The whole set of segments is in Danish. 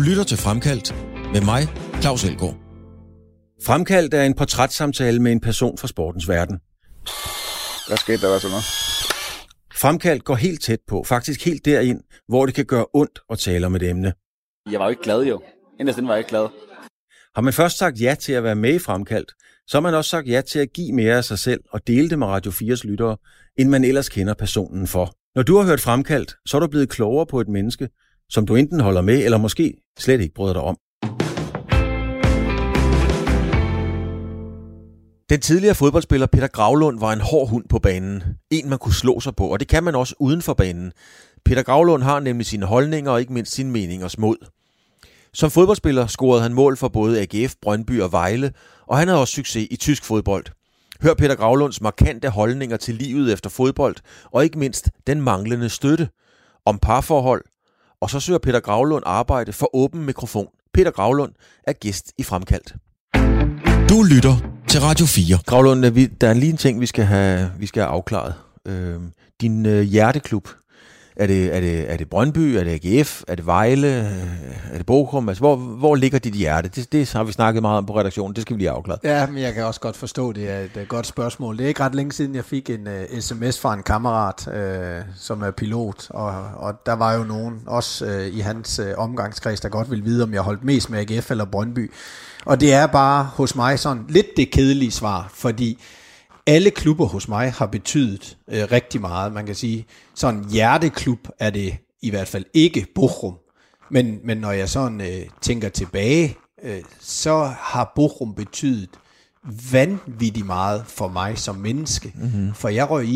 lytter til Fremkaldt med mig, Claus Elgaard. Fremkaldt er en portrætsamtale med en person fra sportens verden. Hvad skete der sådan noget? Fremkaldt går helt tæt på, faktisk helt derind, hvor det kan gøre ondt at tale om et emne. Jeg var jo ikke glad jo. Inderst var jeg ikke glad. Har man først sagt ja til at være med i Fremkaldt, så har man også sagt ja til at give mere af sig selv og dele det med Radio 4's lyttere, end man ellers kender personen for. Når du har hørt Fremkaldt, så er du blevet klogere på et menneske, som du enten holder med, eller måske slet ikke bryder dig om. Den tidligere fodboldspiller Peter Gravlund var en hård hund på banen. En, man kunne slå sig på, og det kan man også uden for banen. Peter Gravlund har nemlig sine holdninger og ikke mindst sine meningers mod. Som fodboldspiller scorede han mål for både AGF, Brøndby og Vejle, og han havde også succes i tysk fodbold. Hør Peter Gravlunds markante holdninger til livet efter fodbold, og ikke mindst den manglende støtte. Om parforhold, og så søger Peter Gravlund arbejde for åben mikrofon. Peter Gravlund er gæst i Fremkaldt. Du lytter til Radio 4. Gravlund, der er lige en ting, vi skal have afklaret. Din hjerteklub, er det Brøndby, er det AGF, er det Vejle, er det Bochum? Altså, hvor ligger dit hjerte? Det har vi snakket meget om på redaktionen, det skal vi lige afklare. Ja, men jeg kan også godt forstå, det er et godt spørgsmål. Det er ikke ret længe siden, jeg fik en sms fra en kammerat, som er pilot, og der var jo nogen, også i hans omgangskreds, der godt ville vide, om jeg holdt mest med AGF eller Brøndby. Og det er bare hos mig sådan lidt det kedelige svar, fordi alle klubber hos mig har betydet rigtig meget. Man kan sige, sådan hjerteklub er det i hvert fald ikke Bochum. Men når jeg sådan tænker tilbage, så har Bochum betydet vanvittigt meget for mig som menneske. Mm-hmm. For jeg røg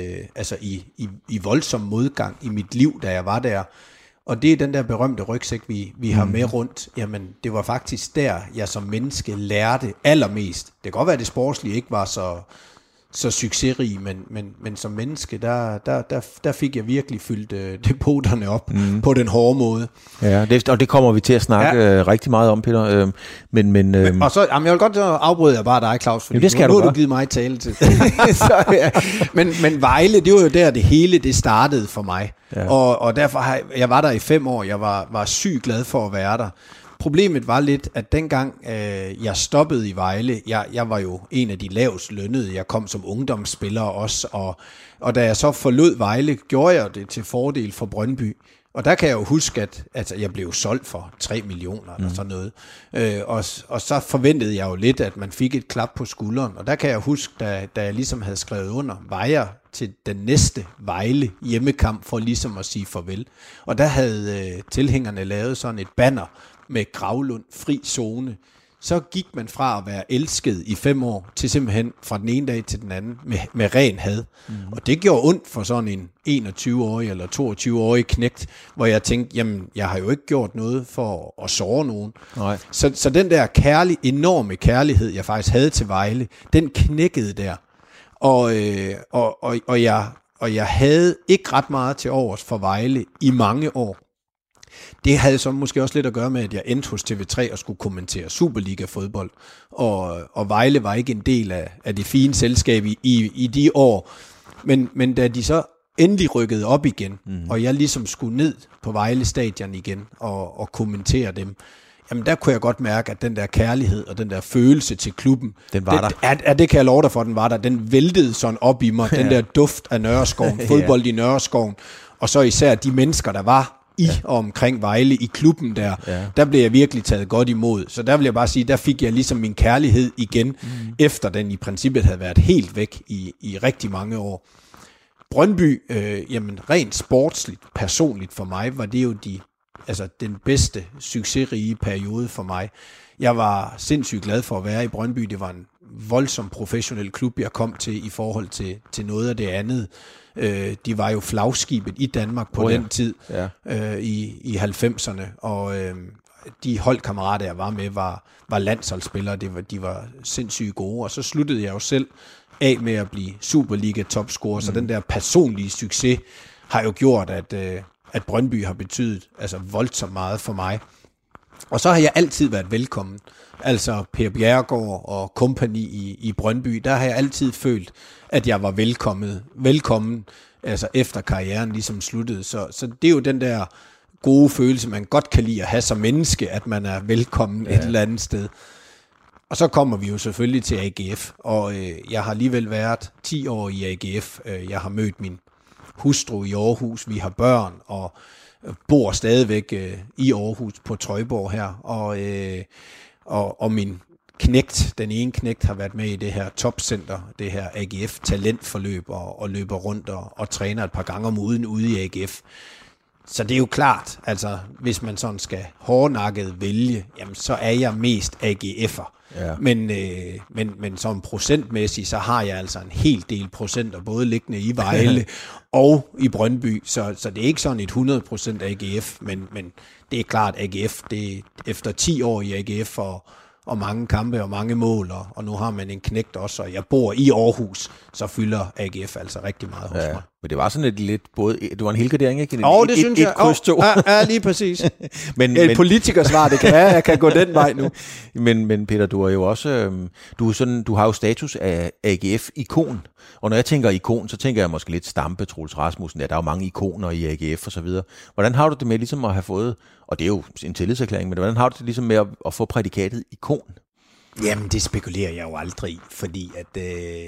i voldsom modgang i mit liv, da jeg var der. Og det er den der berømte rygsæk, vi har med rundt. Jamen, det var faktisk der, jeg som menneske lærte allermest. Det kan godt være, at det sportslige ikke var så succesrig, men som menneske, der fik jeg virkelig fyldt depoterne op på den hårde måde. Ja, og det kommer vi til at snakke rigtig meget om, Peter. Og så, jeg vil godt afbryde jer bare dig, Claus, fordi det skal nu har du givet mig tale til. Så, ja. Men Vejle, det var jo der, det hele det startede for mig. Ja. Og derfor jeg var der i 5 år. Jeg var sygt glad for at være der. Problemet var lidt, at dengang jeg stoppede i Vejle, jeg var jo en af de lavest lønnede. Jeg kom som ungdomsspiller også, og da jeg så forlod Vejle, gjorde jeg det til fordel for Brøndby. Og der kan jeg jo huske, at jeg blev solgt for 3 millioner eller sådan noget. Og så forventede jeg jo lidt, at man fik et klap på skulderen. Og der kan jeg huske, da jeg ligesom havde skrevet under, var jeg til den næste Vejle hjemmekamp for ligesom at sige farvel. Og der havde tilhængerne lavet sådan et banner med Gravlund fri zone. Så gik man fra at være elsket i 5 år, til simpelthen fra den ene dag til den anden med ren had. Og det gjorde ondt for sådan en 21-årig eller 22-årig knægt, hvor jeg tænkte, jamen, jeg har jo ikke gjort noget for at såre nogen. Nej. Så den der enorme kærlighed, jeg faktisk havde til Vejle, den knækkede der. Og jeg havde ikke ret meget til overs for Vejle i mange år. Det havde så måske også lidt at gøre med, at jeg endte hos TV3 og skulle kommentere Superliga-fodbold. Og Vejle var ikke en del af det fine selskab i de år. Men da de så endelig rykkede op igen, og jeg ligesom skulle ned på Vejle Stadion igen og kommentere dem, jamen der kunne jeg godt mærke, at den der kærlighed og den der følelse til klubben, den var der. Det kan jeg love dig for, den var der. Den væltede sådan op i mig, den der duft af Nørreskoven, fodbold i Nørreskoven, og så især de mennesker, der var og omkring Vejle i klubben der blev jeg virkelig taget godt imod. Så der vil jeg bare sige, der fik jeg ligesom min kærlighed igen, efter den i princippet havde været helt væk i rigtig mange år. Brøndby, jamen rent sportsligt, personligt for mig, var det jo den bedste succesrige periode for mig. Jeg var sindssygt glad for at være i Brøndby. Det var en voldsom professionel klub, jeg kom til i forhold til noget af det andet. De var jo flagskibet i Danmark på den tid, i 90'erne, og de holdkammerater, jeg var med, var landsholdsspillere. De var sindssygt gode, og så sluttede jeg jo selv af med at blive Superliga-topscorer, så den der personlige succes har jo gjort, at Brøndby har betydet voldsomt meget for mig. Og så har jeg altid været velkommen. Altså Per Bjerregaard og kompagni i Brøndby, der har jeg altid følt, at jeg var velkommen, efter karrieren ligesom sluttede. Så det er jo den der gode følelse, man godt kan lide at have som menneske, at man er velkommen et eller andet sted. Og så kommer vi jo selvfølgelig til AGF, og jeg har alligevel været 10 år i AGF. Jeg har mødt min hustru i Aarhus, vi har børn, og bor stadigvæk i Aarhus på Trøjborg her, og min knægt, den ene knægt, har været med i det her topcenter, det her AGF talentforløb, og løber rundt og træner et par gange om ugen ude i AGF. Så det er jo klart, altså hvis man sådan skal hårdnakket vælge, jamen så er jeg mest AGF'er. Ja. Men som procentmæssigt, så har jeg altså en hel del procenter, både liggende i Vejle og i Brøndby, så det er ikke sådan et 100% AGF, men det er klart AGF, det er efter 10 år i AGF og mange kampe og mange mål, og nu har man en knægt også, og jeg bor i Aarhus, så fylder AGF altså rigtig meget hos mig. Men det var sådan et lidt både, det var en helgardering, ikke? Det synes jeg. Ja, lige præcis. men politikersvar, det kan være, jeg kan gå den vej nu. Men Peter, du er jo også, du har jo status af AGF-ikon, og når jeg tænker ikon, så tænker jeg måske lidt Stampe, Troels Rasmussen, ja, der er jo mange ikoner i AGF og så videre. Hvordan har du det med ligesom at have fået, og det er jo en tillidserklæring, men hvordan har du det ligesom med at få prædikatet ikon? Jamen, det spekulerer jeg jo aldrig i, fordi at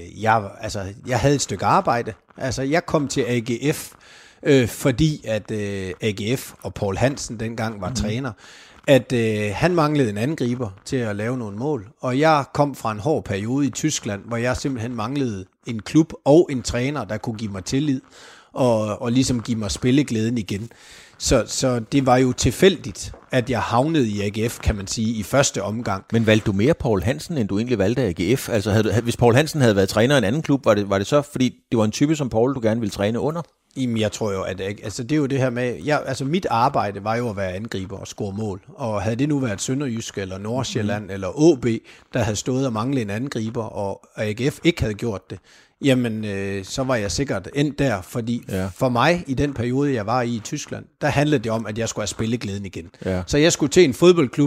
jeg havde et stykke arbejde. Altså, jeg kom til AGF, fordi at AGF og Paul Hansen dengang var træner, at han manglede en angriber til at lave nogle mål, og jeg kom fra en hård periode i Tyskland, hvor jeg simpelthen manglede en klub og en træner, der kunne give mig tillid, og ligesom give mig spilleglæden igen. Så det var jo tilfældigt, at jeg havnede i AGF, kan man sige, i første omgang. Men valgte du mere Paul Hansen, end du egentlig valgte AGF? Altså, hvis Paul Hansen havde været træner i en anden klub, var det så, fordi det var en type som Paul, du gerne ville træne under? Jamen, jeg tror jo, at det er jo det her med, mit arbejde var jo at være angriber og score mål. Og havde det nu været Sønderjysk eller Nordsjælland eller AB, der havde stået og manglet en angriber, og AGF ikke havde gjort det, jamen, så var jeg sikkert endt der, fordi for mig, i den periode, jeg var i Tyskland, der handlede det om, at jeg skulle have spilleglæden igen. Ja. Så jeg skulle til en fodboldklub,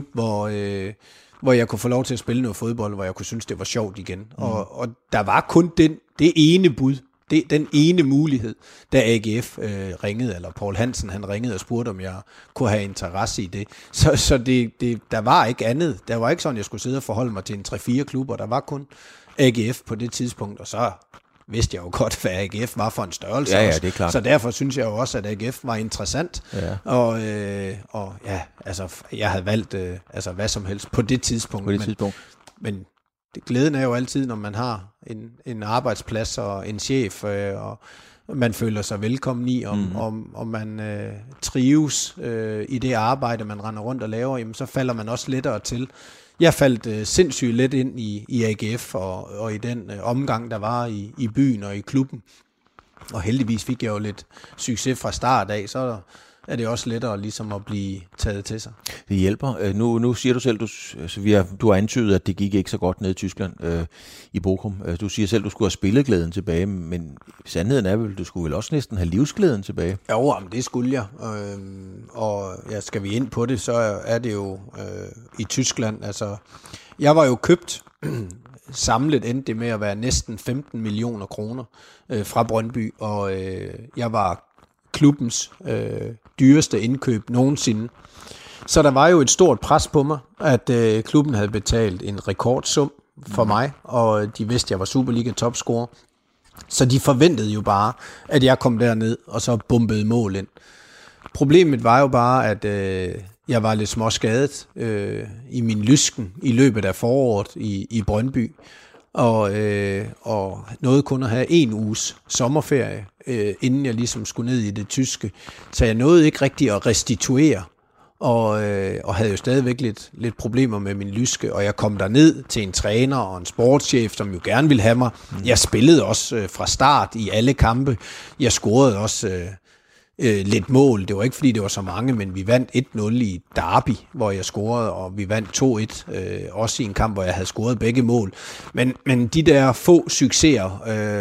hvor jeg kunne få lov til at spille noget fodbold, hvor jeg kunne synes, det var sjovt igen. Og der var kun det ene bud, den ene mulighed, da AGF ringede, eller Paul Hansen, han ringede og spurgte, om jeg kunne have interesse i det. Så der var ikke andet. Der var ikke sådan, jeg skulle sidde og forholde mig til en 3-4 klubber. Der var kun AGF på det tidspunkt, og så vidste jeg jo godt, hvad AGF var for en størrelse. Ja, det er klart. Så derfor synes jeg jo også, at AGF var interessant. Ja. Og altså, jeg havde valgt hvad som helst på det tidspunkt. Men glæden er jo altid, når man har en arbejdsplads og en chef, og man føler sig velkommen i, om man trives i det arbejde, man render rundt og laver, jamen, så falder man også lettere til. Jeg faldt sindssygt let ind i AGF og i den omgang, der var i byen og i klubben. Og heldigvis fik jeg jo lidt succes fra start af, så er det også lettere ligesom at blive taget til sig. Det hjælper. Nu siger du selv, du har antydet, at det gik ikke så godt ned i Tyskland i Bochum. Du siger selv, du skulle have spilleglæden tilbage, men sandheden er vel, du skulle vel også næsten have livsglæden tilbage? Jo, det skulle jeg. Og skal vi ind på det, så er det jo i Tyskland. Altså, jeg var jo købt, samlet endte det med at være næsten 15 millioner kroner fra Brøndby, og jeg var klubbens dyreste indkøb nogensinde. Så der var jo et stort pres på mig, at klubben havde betalt en rekordsum for mig, og de vidste, at jeg var Superliga-topscorer. Så de forventede jo bare, at jeg kom derned, og så bombede mål ind. Problemet var jo bare, at jeg var lidt småskadet i min lysken i løbet af foråret i Brøndby, og nåede kun at have 1 uges sommerferie, inden jeg ligesom skulle ned i det tyske. Så jeg nåede ikke rigtig at restituere, og havde jo stadigvæk lidt problemer med min lyske, og jeg kom derned til en træner og en sportschef, som jo gerne ville have mig. Jeg spillede også fra start i alle kampe. Jeg scorede også lidt mål. Det var ikke, fordi det var så mange, men vi vandt 1-0 i Derby, hvor jeg scorede, og vi vandt 2-1, også i en kamp, hvor jeg havde scoret begge mål. Men de der få succeser,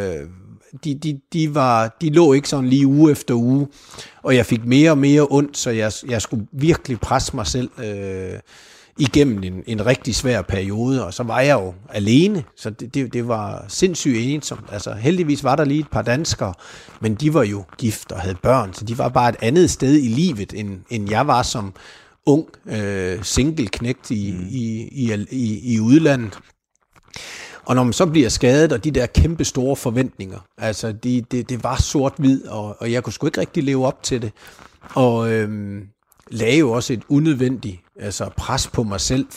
de lå ikke sådan lige uge efter uge, og jeg fik mere og mere ondt, så jeg skulle virkelig presse mig selv igennem en rigtig svær periode, og så var jeg jo alene, så det var sindssygt ensomt. Altså heldigvis var der lige et par danskere, men de var jo gift og havde børn, så de var bare et andet sted i livet, end jeg var som ung single-knægt i udlandet. Og når man så bliver skadet, og de der kæmpe store forventninger, altså det var sort-hvid, og jeg kunne sgu ikke rigtig leve op til det. Og lagde jo også et unødvendigt pres på mig selv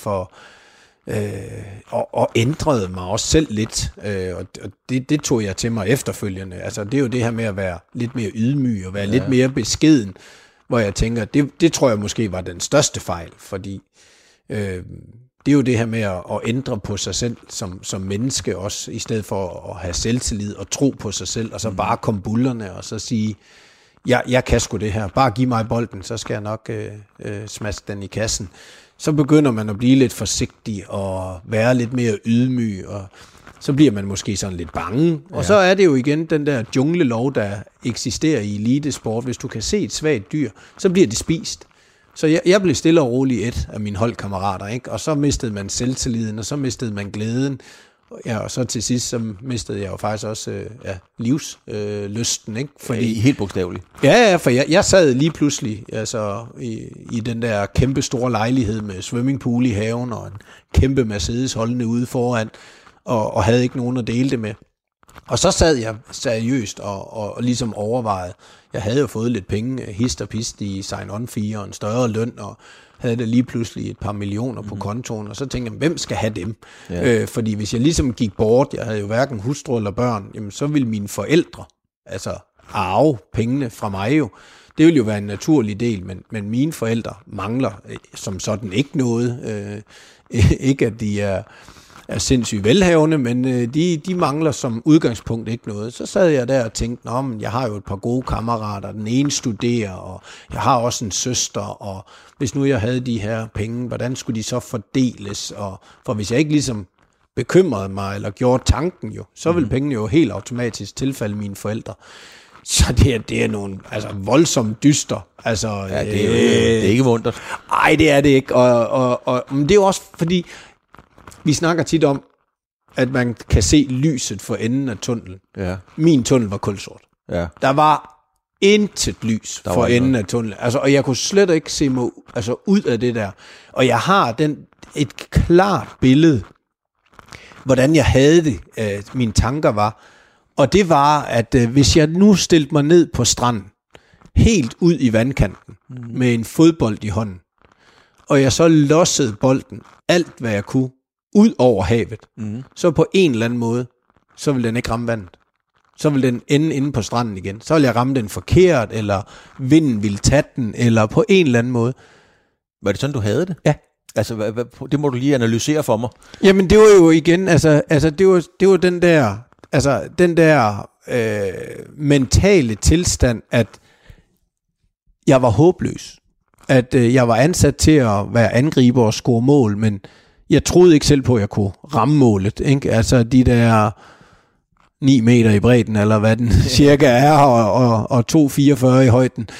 og ændrede mig også selv lidt. Og det tog jeg til mig efterfølgende. Altså det er jo det her med at være lidt mere ydmyg og være lidt mere beskeden, hvor jeg tænker, det tror jeg måske var den største fejl, fordi det er jo det her med at ændre på sig selv som menneske også, i stedet for at have selvtillid og tro på sig selv, og så bare komme bullerne og så sige, jeg kan sgu det her, bare giv mig bolden, så skal jeg nok smaske den i kassen. Så begynder man at blive lidt forsigtig og være lidt mere ydmyg, og så bliver man måske sådan lidt bange. Og så er det jo igen den der junglelov, der eksisterer i elitesport. Hvis du kan se et svagt dyr, så bliver det spist. Så jeg blev stille og rolig et af mine holdkammerater, ikke? Og så mistede man selvtilliden, og så mistede man glæden. Ja, og så til sidst, så mistede jeg jo faktisk også livslysten, ikke? Fordi, helt bogstaveligt. Ja, for jeg sad lige pludselig i den der kæmpe store lejlighed med swimmingpool i haven og en kæmpe Mercedes holdende ude foran, og havde ikke nogen at dele det med. Og så sad jeg seriøst og ligesom overvejede. Jeg havde jo fået lidt penge, hist og pist i sign-on-fee og en større løn, og havde det lige pludselig et par millioner på kontoen, og så tænkte jeg, hvem skal have dem? Ja. Fordi hvis jeg ligesom gik bort, jeg havde jo hverken hustru eller børn, jamen så ville mine forældre arve pengene fra mig jo. Det ville jo være en naturlig del, men mine forældre mangler som sådan ikke noget. Ikke at de er sindssygt velhavende, men de mangler som udgangspunkt ikke noget. Så sad jeg der og tænkte, jeg har jo et par gode kammerater, den ene studerer, og jeg har også en søster, og hvis nu jeg havde de her penge, hvordan skulle de så fordeles? Og for hvis jeg ikke ligesom bekymrede mig, eller gjorde tanken jo, så ville pengene jo helt automatisk tilfalde mine forældre. Så det er nogle voldsomt dyster. Altså, det er ikke wundert. Nej, det er det ikke. Men det er jo også fordi, vi snakker tit om, at man kan se lyset for enden af tunnelen. Ja. Min tunnel var kulsort. Ja. Der var intet lys for enden af tunnelen. Og jeg kunne slet ikke se mig ud af det der. Og jeg har et klart billede, hvordan jeg havde det, mine tanker var. Og det var, at hvis jeg nu stillede mig ned på stranden, helt ud i vandkanten, med en fodbold i hånden, og jeg så lossede bolden, alt hvad jeg kunne, ud over havet, så på en eller anden måde, så ville den ikke ramme vandet. Så ville den ende inde på stranden igen. Så ville jeg ramme den forkert, eller vinden ville tage den, eller på en eller anden måde. Var det sådan, du havde det? Ja. Det må du lige analysere for mig. Jamen, det var jo igen, det var den der, mentale tilstand, at jeg var håbløs. At jeg var ansat til at være angriber og score mål, men jeg troede ikke selv på, at jeg kunne ramme målet. Ikke? Altså de der 9 meter i bredden, eller hvad den cirka er, og 2,44 i højden.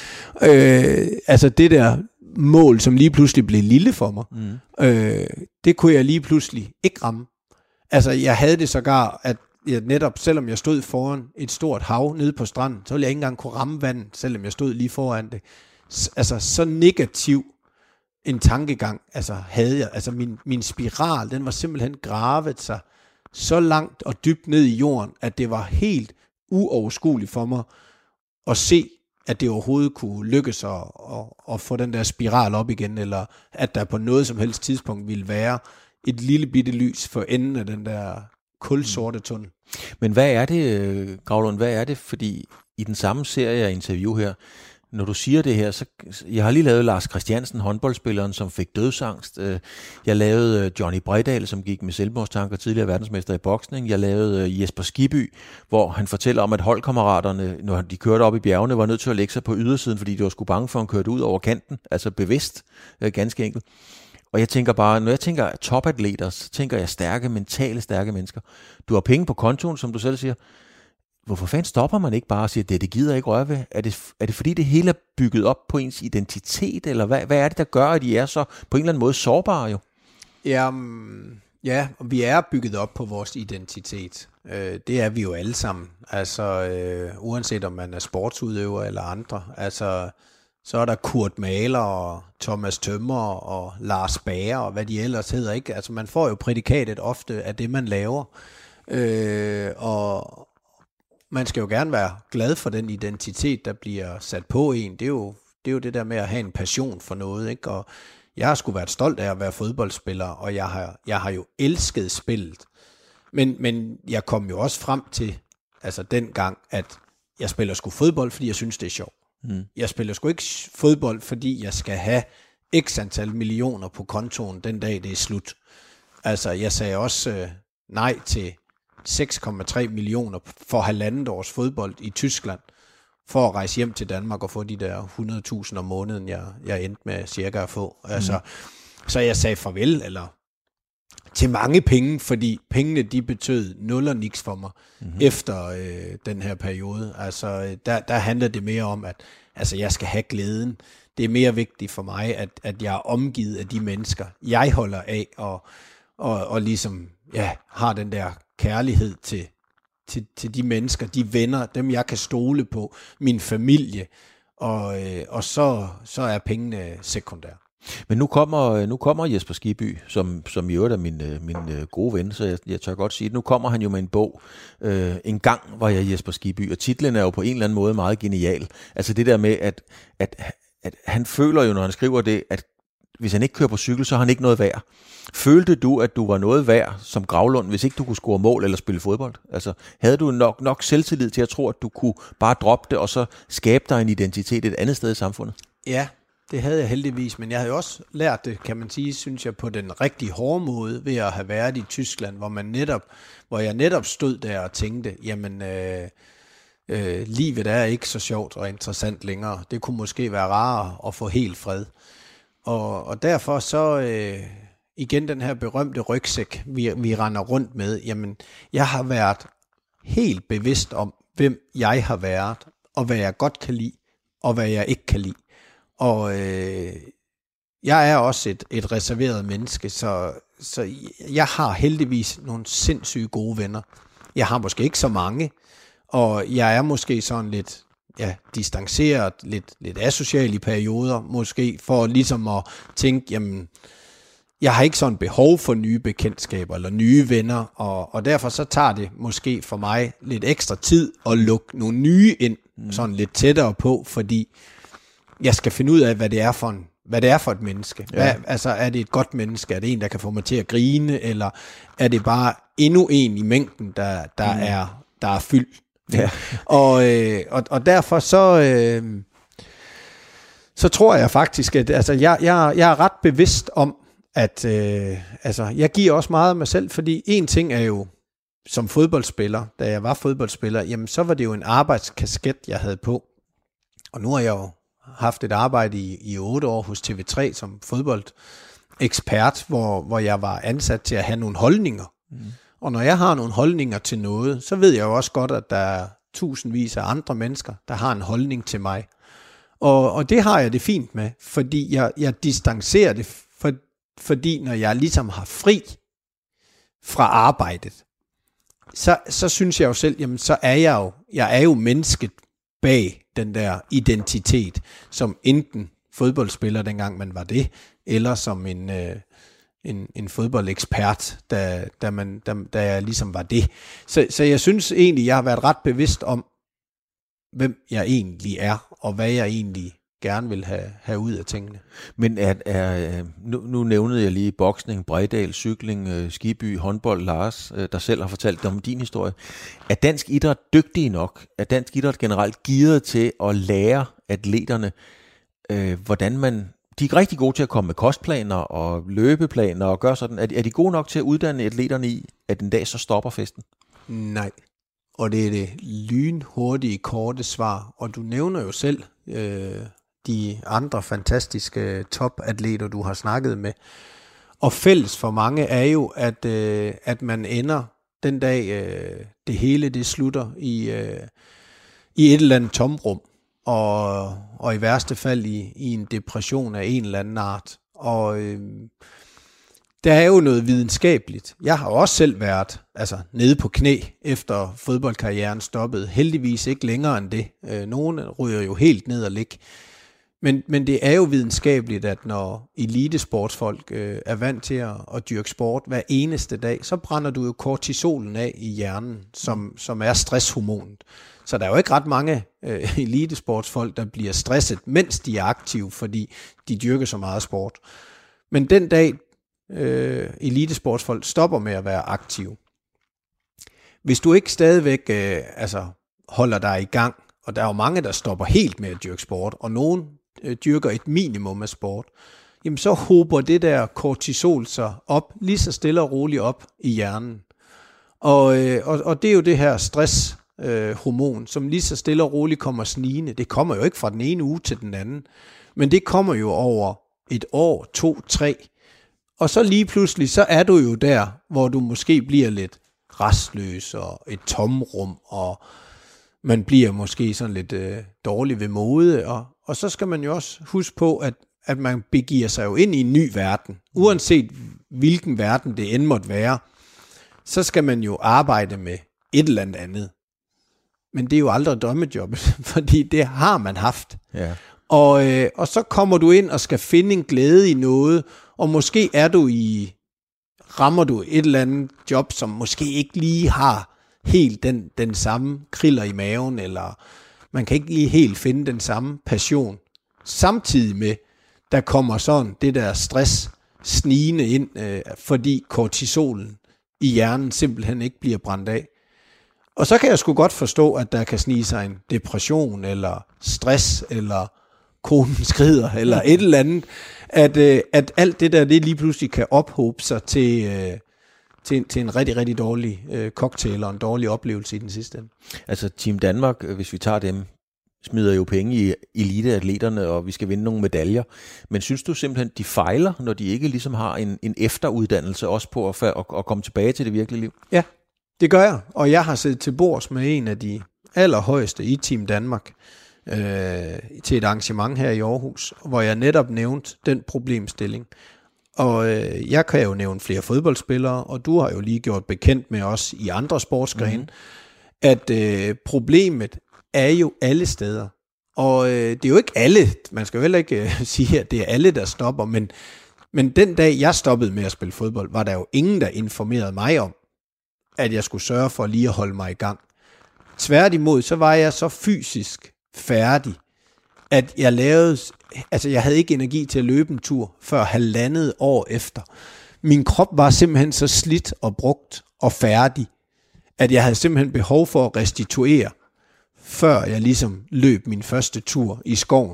Det der mål, som lige pludselig blev lille for mig, det kunne jeg lige pludselig ikke ramme. Jeg havde det sågar, at jeg netop, selvom jeg stod foran et stort hav nede på stranden, så ville jeg ikke engang kunne ramme vandet, selvom jeg stod lige foran det. Så negativ en tankegang, havde jeg. Min spiral, den var simpelthen gravet sig så langt og dybt ned i jorden, at det var helt uoverskueligt for mig at se, at det overhovedet kunne lykkes at få den der spiral op igen, eller at der på noget som helst tidspunkt ville være et lille bitte lys for enden af den der kulsorte tunnel. Men hvad er det, Gravlund, hvad er det? Fordi i den samme serie af interview her, når du siger det her, så jeg har lige lavet Lars Christiansen, håndboldspilleren, som fik dødsangst. Jeg lavede Johnny Bredahl, som gik med selvmordstanker, tidligere verdensmester i boksning. Jeg lavede Jesper Skibby, hvor han fortæller om, at holdkammeraterne, når de kørte op i bjergene, var nødt til at lægge sig på ydersiden, fordi de var sgu bange for, at han kørte ud over kanten, bevidst, ganske enkelt. Og jeg tænker bare, når jeg tænker topatleter, så tænker jeg mentale stærke mennesker. Du har penge på kontoen, som du selv siger. Hvorfor fanden stopper man ikke bare og siger, det gider jeg ikke røre ved? Er det fordi det hele er bygget op på ens identitet, eller hvad er det, der gør, at I er så på en eller anden måde sårbare jo? Ja, og vi er bygget op på vores identitet. Det er vi jo alle sammen. Altså, uanset om man er sportsudøver eller andre. Altså, så er der Kurt Mahler og Thomas Tømmer og Lars Bager og hvad de ellers hedder, ikke? Altså, man får jo prædikatet ofte af det, man laver. Og man skal jo gerne være glad for den identitet, der bliver sat på en. Det er jo det der med at have en passion for noget, ikke? Og jeg har sgu været stolt af at være fodboldspiller, og jeg har jo elsket spillet. Men jeg kom jo også frem til, altså dengang, at jeg spiller sgu fodbold, fordi jeg synes, det er sjovt. Jeg spiller sgu ikke fodbold, fordi jeg skal have x antal millioner på kontoen den dag, det er slut. Altså, jeg sagde også nej til 6,3 millioner for 1,5 års fodbold i Tyskland, for at rejse hjem til Danmark og få de der 100.000 om måneden, jeg endte med cirka at få. Altså, så jeg sagde farvel, eller til mange penge, fordi pengene, de betød nul og niks for mig efter den her periode. Altså, der handler det mere om, at altså, jeg skal have glæden. Det er mere vigtigt for mig, at jeg er omgivet af de mennesker, jeg holder af, og ligesom har den der kærlighed til de mennesker, de venner, dem jeg kan stole på, min familie, og så er pengene sekundære. Men nu kommer Jesper Skibby, som i øvrigt er min gode ven, så jeg tør godt sige det. Nu kommer han jo med en bog. En gang var jeg Jesper Skibby, og titlen er jo på en eller anden måde meget genial. Altså det der med, at han føler jo, når han skriver det, at hvis han ikke kører på cykel, så har han ikke noget værd. Følte du, at du var noget værd som Gravlund, hvis ikke du kunne score mål eller spille fodbold? Altså, havde du nok selvtillid til at tro, at du kunne bare droppe det, og så skabe dig en identitet et andet sted i samfundet? Ja, det havde jeg heldigvis, men jeg havde også lært det, kan man sige, synes jeg, på den rigtig hårde måde, ved at have været i Tyskland, hvor jeg netop stod der og tænkte, jamen, livet er ikke så sjovt og interessant længere. Det kunne måske være rarere at få helt fred. Og derfor så igen den her berømte rygsæk, vi render rundt med, jamen, jeg har været helt bevidst om, hvem jeg har været, og hvad jeg godt kan lide, og hvad jeg ikke kan lide. Og jeg er også et reserveret menneske, så jeg har heldigvis nogle sindssygt gode venner. Jeg har måske ikke så mange, og jeg er måske sådan lidt distanceret, lidt asocial i perioder, måske for ligesom at tænke, jamen, jeg har ikke sådan behov for nye bekendtskaber eller nye venner, og derfor så tager det måske for mig lidt ekstra tid at lukke nogle nye ind, sådan lidt tættere på, fordi jeg skal finde ud af, hvad det er for et menneske. Altså, er det et godt menneske? Er det en, der kan få mig til at grine? Eller er det bare endnu en i mængden, der er fyldt? Ja. Og derfor så tror jeg faktisk, at altså, jeg er ret bevidst om, at jeg giver også meget af mig selv, fordi en ting er jo, som fodboldspiller, da jeg var fodboldspiller, jamen så var det jo en arbejdskasket, jeg havde på. Og nu har jeg jo haft et arbejde i 8 år hos TV3 som fodboldekspert, hvor jeg var ansat til at have nogle holdninger. Og når jeg har nogle holdninger til noget, så ved jeg jo også godt, at der er tusindvis af andre mennesker, der har en holdning til mig. Og det har jeg det fint med, fordi jeg distancerer det, fordi når jeg ligesom har fri fra arbejdet, så synes jeg jo selv, jamen så er jeg er jo mennesket bag den der identitet, som enten fodboldspiller, dengang man var det, eller som en fodboldekspert, da jeg ligesom var det. Så jeg synes egentlig, jeg har været ret bevidst om, hvem jeg egentlig er, og hvad jeg egentlig gerne vil have ud af tingene. Men nu nævnede jeg lige boksning, Bredal, cykling, Skibby, håndbold, Lars, der selv har fortalt om din historie. Er dansk idræt dygtig nok? Er dansk idræt generelt gearet til at lære atleterne, hvordan man... De er rigtig gode til at komme med kostplaner og løbeplaner og gøre sådan. Er de gode nok til at uddanne atleterne i, at en dag så stopper festen? Nej. Og det er det lynhurtige, korte svar. Og du nævner jo selv de andre fantastiske topatleter, du har snakket med. Og fælles for mange er jo, at man ender den dag, det hele det slutter i et eller andet tomrum. Og i værste fald i en depression af en eller anden art. Og Der er jo noget videnskabeligt. Jeg har også selv været nede på knæ, efter fodboldkarrieren stoppede. Heldigvis ikke længere end det. Nogle ryger jo helt ned og ligge. Men det er jo videnskabeligt, at når elitesportsfolk er vant til at dyrke sport hver eneste dag, så brænder du jo kortisolen af i hjernen, som er stresshormonet. Så der er jo ikke ret mange elitesportsfolk, der bliver stresset, mens de er aktive, fordi de dyrker så meget sport. Men den dag elitesportsfolk stopper med at være aktive, hvis du ikke stadigvæk holder dig i gang, og der er jo mange, der stopper helt med at dyrke sport, og nogen dyrker et minimum af sport, jamen så hober det der kortisol sig op, lige så stille og roligt op i hjernen. Og det er jo det her stresshormon, som lige så stille og roligt kommer snigende. Det kommer jo ikke fra den ene uge til den anden, men det kommer jo over 1 år, 2, 3, og så lige pludselig, så er du jo der, hvor du måske bliver lidt rastløs og et tomrum, og man bliver måske sådan lidt dårlig ved mode, og så skal man jo også huske på, at man begiver sig jo ind i en ny verden. Uanset hvilken verden det end måtte være, så skal man jo arbejde med et eller andet. Men det er jo aldrig drømmejobbet, fordi det har man haft. Ja. Og så kommer du ind og skal finde en glæde i noget, og måske rammer du et eller andet job, som måske ikke lige har helt den samme kriller i maven, eller man kan ikke lige helt finde den samme passion. Samtidig med, der kommer sådan det der stress snigende ind, fordi kortisolen i hjernen simpelthen ikke bliver brændt af. Og så kan jeg sgu godt forstå, at der kan snige sig en depression, eller stress, eller konen skrider, eller et eller andet, at alt det der, det lige pludselig kan ophobe sig til en rigtig, rigtig dårlig cocktail og en dårlig oplevelse i den sidste ende. Altså Team Danmark, hvis vi tager dem, smider jo penge i eliteatleterne, og vi skal vinde nogle medaljer. Men synes du simpelthen, de fejler, når de ikke ligesom har en efteruddannelse også på at komme tilbage til det virkelige liv? Ja, det gør jeg. Og jeg har siddet til bords med en af de allerhøjeste i Team Danmark til et arrangement her i Aarhus, hvor jeg netop nævnte den problemstilling. Og jeg kan jo nævne flere fodboldspillere, og du har jo lige gjort bekendt med os i andre sportsgrene, at problemet er jo alle steder. Og det er jo ikke alle, man skal jo heller ikke sige, at det er alle, der stopper, men den dag, jeg stoppede med at spille fodbold, var der jo ingen, der informerede mig om, at jeg skulle sørge for lige at holde mig i gang. Tværtimod, så var jeg så fysisk færdig, at jeg havde ikke energi til at løbe en tur før 1,5 år efter. Min krop var simpelthen så slidt og brugt og færdig, at jeg havde simpelthen behov for at restituere, før jeg ligesom løb min første tur i skoven.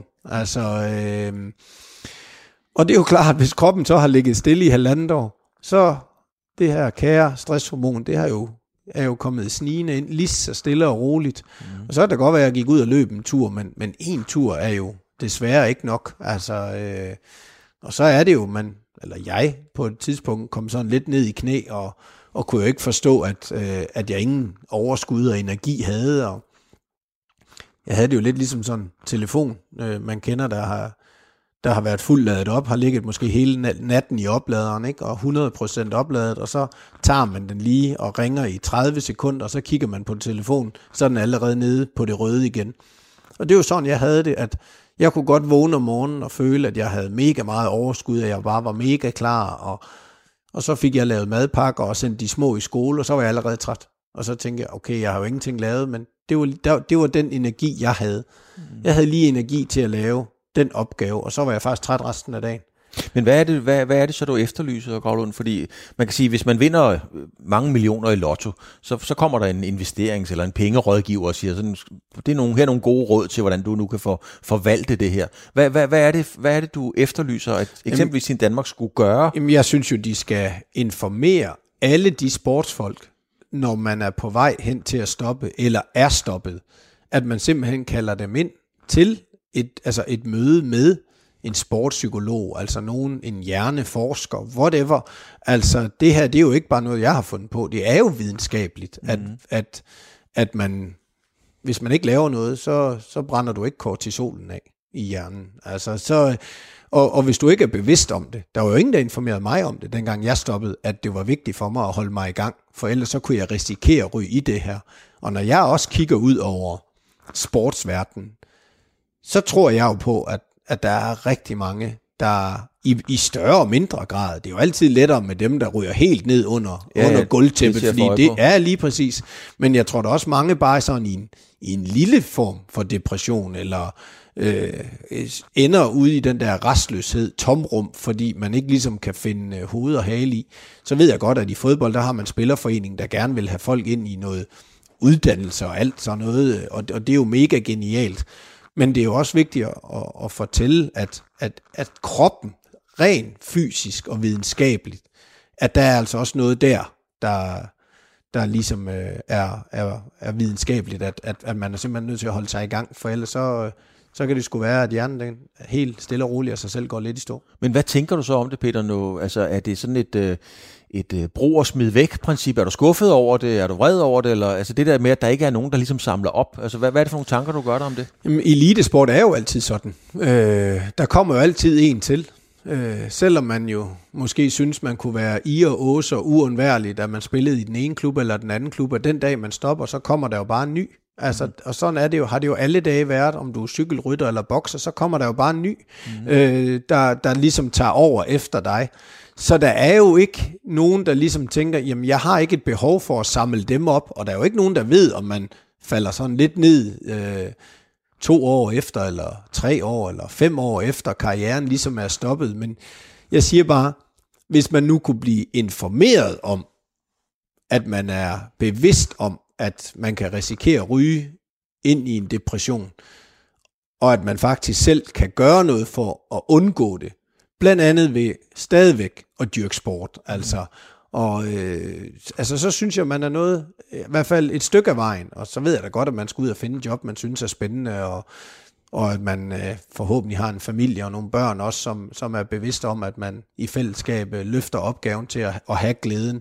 Og det er jo klart, at hvis kroppen så har ligget stille i 1,5 år, så det her kære stresshormon, det er jo kommet snigende ind, lige så stille og roligt. Og så kan det godt være, at jeg gik ud og løb en tur, men en tur er jo desværre ikke nok. Og så er det jo, jeg på et tidspunkt kom sådan lidt ned i knæ, og kunne jo ikke forstå, at jeg ingen overskud og energi havde. Og jeg havde det jo lidt ligesom sådan en telefon, man kender, der har været fuldt ladet op, har ligget måske hele natten i opladeren, ikke? Og 100% opladet, og så tager man den lige og ringer i 30 sekunder, og så kigger man på telefonen, så er den allerede nede på det røde igen. Og det er jo sådan, jeg havde det, at jeg kunne godt vågne om morgenen og føle, at jeg havde mega meget overskud, at jeg bare var mega klar, og så fik jeg lavet madpakker og sendt de små i skole, og så var jeg allerede træt. Og så tænkte jeg, okay, jeg har jo ingenting lavet, men det var den energi, jeg havde. Jeg havde lige energi til at lave den opgave, og så var jeg faktisk træt resten af dagen. Men hvad er det så, du efterlyser, Gravlund? Fordi man kan sige, hvis man vinder mange millioner i lotto, så kommer der en investerings- eller en pengerådgiver og siger, sådan, det er nogle gode råd til, hvordan du nu kan forvalte det her. Hvad er det, du efterlyser, at eksempelvis Team Danmark skulle gøre? Jamen, jeg synes jo, de skal informere alle de sportsfolk, når man er på vej hen til at stoppe, eller er stoppet, at man simpelthen kalder dem ind til et møde med en sportspsykolog, altså en hjerneforsker, whatever. Altså det her, det er jo ikke bare noget, jeg har fundet på. Det er jo videnskabeligt, at man, hvis man ikke laver noget, så brænder du ikke kortisolen af. i hjernen. Altså, så, og hvis du ikke er bevidst om det, der var jo ingen, der informerede mig om det, dengang jeg stoppede, at det var vigtigt for mig at holde mig i gang, for ellers så kunne jeg risikere at ryge i det her. Og når jeg også kigger ud over sportsverdenen, så tror jeg jo på, at der er rigtig mange, der i større og mindre grad, det er jo altid lettere med dem, der ryger helt ned under gulvtæppet, fordi det er lige præcis. Men jeg tror der også mange bare sådan i en lille form for depression, eller ender ude i den der restløshed, tomrum, fordi man ikke ligesom kan finde hoved og hale i. Så ved jeg godt, at i fodbold, der har man spillerforeningen, der gerne vil have folk ind i noget uddannelse og alt sådan noget, og det er jo mega genialt. Men det er jo også vigtigt at fortælle, at kroppen, rent fysisk og videnskabeligt, at der er altså også noget der ligesom er videnskabeligt, at man er simpelthen nødt til at holde sig i gang, for ellers så kan det sgu være, at hjernen den helt stille og roligt af sig selv går lidt i stå. Men hvad tænker du så om det, Peter, nu? Altså, er det sådan et brug og smid væk princip? Er du skuffet over det? Er du vred over det? Eller altså det der med, at der ikke er nogen, der ligesom samler op? Altså, hvad er det for nogle tanker, du gør dig om det? Jamen, elitesport er jo altid sådan. Der kommer jo altid en til. Selvom man jo måske synes, man kunne være i og åse og uundværligt, da man spillede i den ene klub eller den anden klub, og den dag man stopper, så kommer der jo bare en ny. Altså, og sådan er det jo, har det jo alle dage været, om du er cykelrytter eller bokser, så kommer der jo bare en ny, der ligesom tager over efter dig. Så der er jo ikke nogen, der ligesom tænker, jamen jeg har ikke et behov for at samle dem op, og der er jo ikke nogen, der ved, om man falder sådan lidt ned 2 år efter, eller 3 år, eller 5 år efter karrieren ligesom er stoppet. Men jeg siger bare, hvis man nu kunne blive informeret om, at man er bevidst om, at man kan risikere at ryge ind i en depression, og at man faktisk selv kan gøre noget for at undgå det, blandt andet ved stadigvæk at dyrke sport, altså. Og så synes jeg, man er nået i hvert fald et stykke af vejen, og så ved jeg da godt, at man skal ud og finde et job, man synes er spændende, og at man forhåbentlig har en familie og nogle børn også, som er bevidste om, at man i fællesskab løfter opgaven til at have glæden.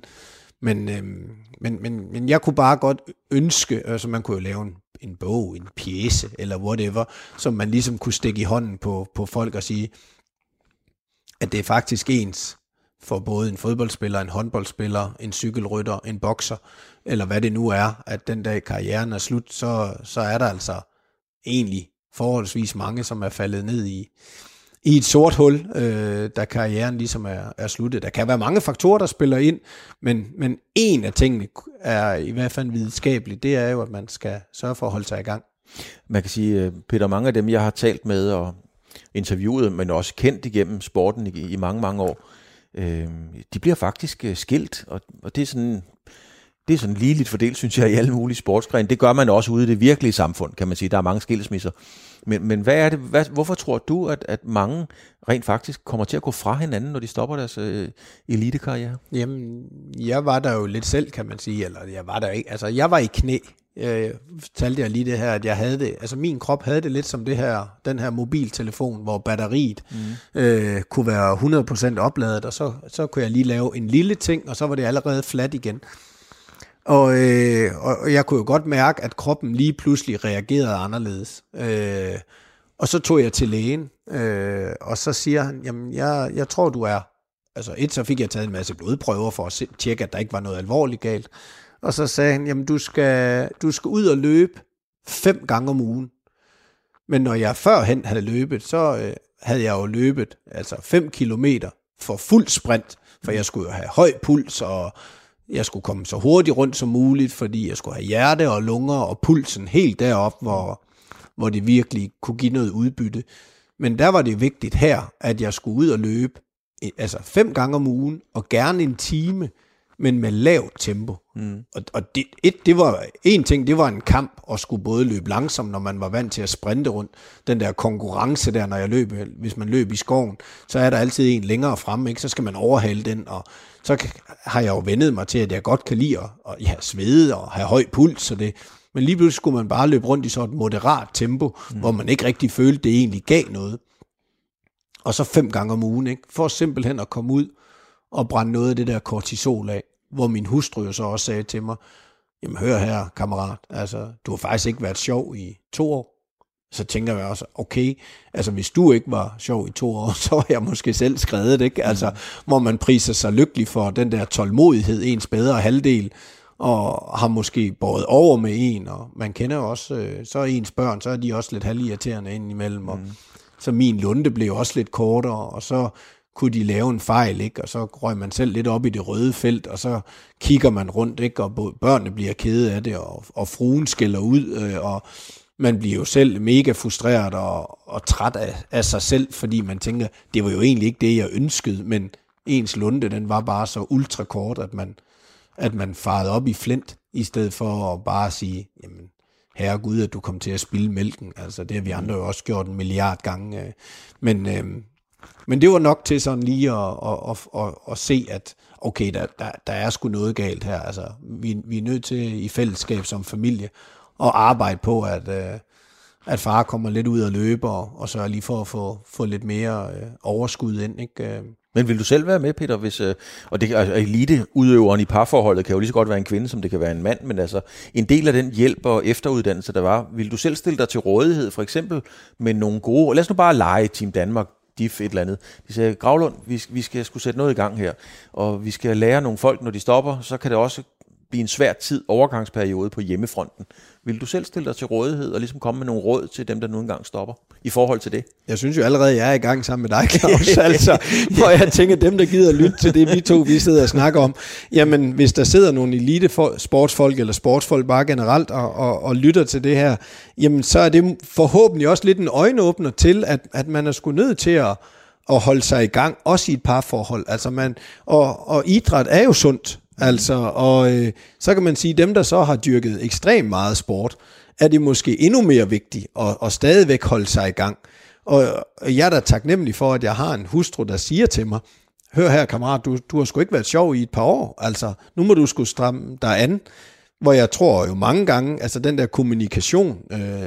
Men jeg kunne bare godt ønske, altså man kunne jo lave en bog, en pjece eller whatever, som man ligesom kunne stikke i hånden på folk og sige, at det er faktisk ens for både en fodboldspiller, en håndboldspiller, en cykelrytter, en bokser, eller hvad det nu er, at den dag karrieren er slut, så er der altså egentlig forholdsvis mange, som er faldet ned i et sort hul, da karrieren ligesom er sluttet. Der kan være mange faktorer, der spiller ind, men en af tingene er i hvert fald videnskabeligt, det er jo, at man skal sørge for at holde sig i gang. Man kan sige, Peter, mange af dem, jeg har talt med og interviewet, men også kendt igennem sporten i mange, mange år, de bliver faktisk skilt, og det er sådan ligeligt fordelt, synes jeg, i alle mulige sportsgrene. Det gør man også ude i det virkelige samfund, kan man sige. Der er mange skilsmisser. Men hvad er det? Hvorfor tror du, at mange rent faktisk kommer til at gå fra hinanden, når de stopper deres elitekarriere? Jamen, jeg var der jo lidt selv, kan man sige, eller jeg var der ikke. Altså, jeg var i knæ. Talte jeg lige det her, at jeg havde det. Altså, min krop havde det lidt som den her mobiltelefon, hvor batteriet kunne være 100% opladet, og så kunne jeg lige lave en lille ting, og så var det allerede fladt igen. Og jeg kunne jo godt mærke, at kroppen lige pludselig reagerede anderledes. Og så tog jeg til lægen, og så siger han, jamen jeg tror du er, altså så fik jeg taget en masse blodprøver for at tjekke, at der ikke var noget alvorligt galt. Og så sagde han, jamen du skal ud og løbe 5 gange om ugen. Men når jeg førhen havde løbet, så havde jeg jo løbet altså 5 kilometer for fuld sprint, for jeg skulle jo have høj puls, og jeg skulle komme så hurtigt rundt som muligt, fordi jeg skulle have hjerte og lunger og pulsen helt derop, hvor det virkelig kunne give noget udbytte. Men der var det vigtigt her, at jeg skulle ud og løbe altså 5 gange om ugen, og gerne en time, men med lavt tempo. Og det var en ting, det var en kamp at skulle både løbe langsomt, når man var vant til at sprinte rundt. Den der konkurrence der, når jeg løb, hvis man løb i skoven, så er der altid en længere fremme, ikke? Så skal man overhale den, og så har jeg jo vendet mig til, at jeg godt kan lide at svede og have høj puls og det. Men lige pludselig skulle man bare løbe rundt i sådan et moderat tempo, hvor man ikke rigtig følte, det egentlig gav noget. Og så 5 gange om ugen, ikke? For simpelthen at komme ud og brænde noget af det der kortisol af, hvor min hustru så også sagde til mig, jamen hør her, kammerat, altså, du har faktisk ikke været sjov i 2 år. så tænker jeg også, okay, altså hvis du ikke var sjov i 2 år, så var jeg måske selv skredet, ikke? Altså, hvor man priser sig lykkelig for den der tålmodighed, ens bedre halvdel, og har måske båret over med en, og man kender også, så er ens børn, så er de også lidt halvirriterende indimellem, og så min lunde blev også lidt kortere, og så kunne de lave en fejl, ikke? Og så røg man selv lidt op i det røde felt, og så kigger man rundt, ikke? Og børnene bliver kede af det, og fruen skælder ud, og man bliver jo selv mega frustreret og træt af sig selv, fordi man tænker, det var jo egentlig ikke det, jeg ønskede, men ens lunde, den var bare så ultrakort, at man farede op i flint, i stedet for at bare sige, jamen, herregud, at du kom til at spilde mælken. Altså, det har vi andre jo også gjort 1 milliard gange. Men det var nok til sådan lige at se, at okay, der er sgu noget galt her. Altså, vi er nødt til i fællesskab som familie at arbejde på, at far kommer lidt ud og løber, og så lige for at få lidt mere overskud ind, ikke? Men vil du selv være med, Peter, hvis, og det, altså, eliteudøveren i parforholdet kan jo lige så godt være en kvinde, som det kan være en mand, men altså en del af den hjælp og efteruddannelse, der var, vil du selv stille dig til rådighed, for eksempel med nogle gode, lad os nu bare lege Team Danmark, DIF et eller andet. De sagde, Gravlund, vi skal sgu sætte noget i gang her, og vi skal lære nogle folk, når de stopper, så kan det også blive en svær tid, overgangsperiode på hjemmefronten. Vil du selv stille dig til rådighed og ligesom komme med nogle råd til dem, der nu engang stopper i forhold til det? Jeg synes jo allerede, jeg er i gang sammen med dig, Claus, altså, hvor jeg tænker, dem, der gider lytte til det, vi sidder og snakker om, jamen, hvis der sidder nogle elite sportsfolk eller sportsfolk bare generelt og lytter til det her, jamen, så er det forhåbentlig også lidt en øjenåbner til, at man er sgu nødt til at holde sig i gang, også i et parforhold. Altså og idræt er jo sundt. Altså, og så kan man sige, dem der så har dyrket ekstremt meget sport, er det måske endnu mere vigtigt at stadigvæk holde sig i gang. Og jeg er da taknemmelig for, at jeg har en hustru, der siger til mig, hør her kammerat, du har sgu ikke været sjov i et par år, altså nu må du sgu stramme dig an. Hvor jeg tror jo mange gange, altså den der kommunikation,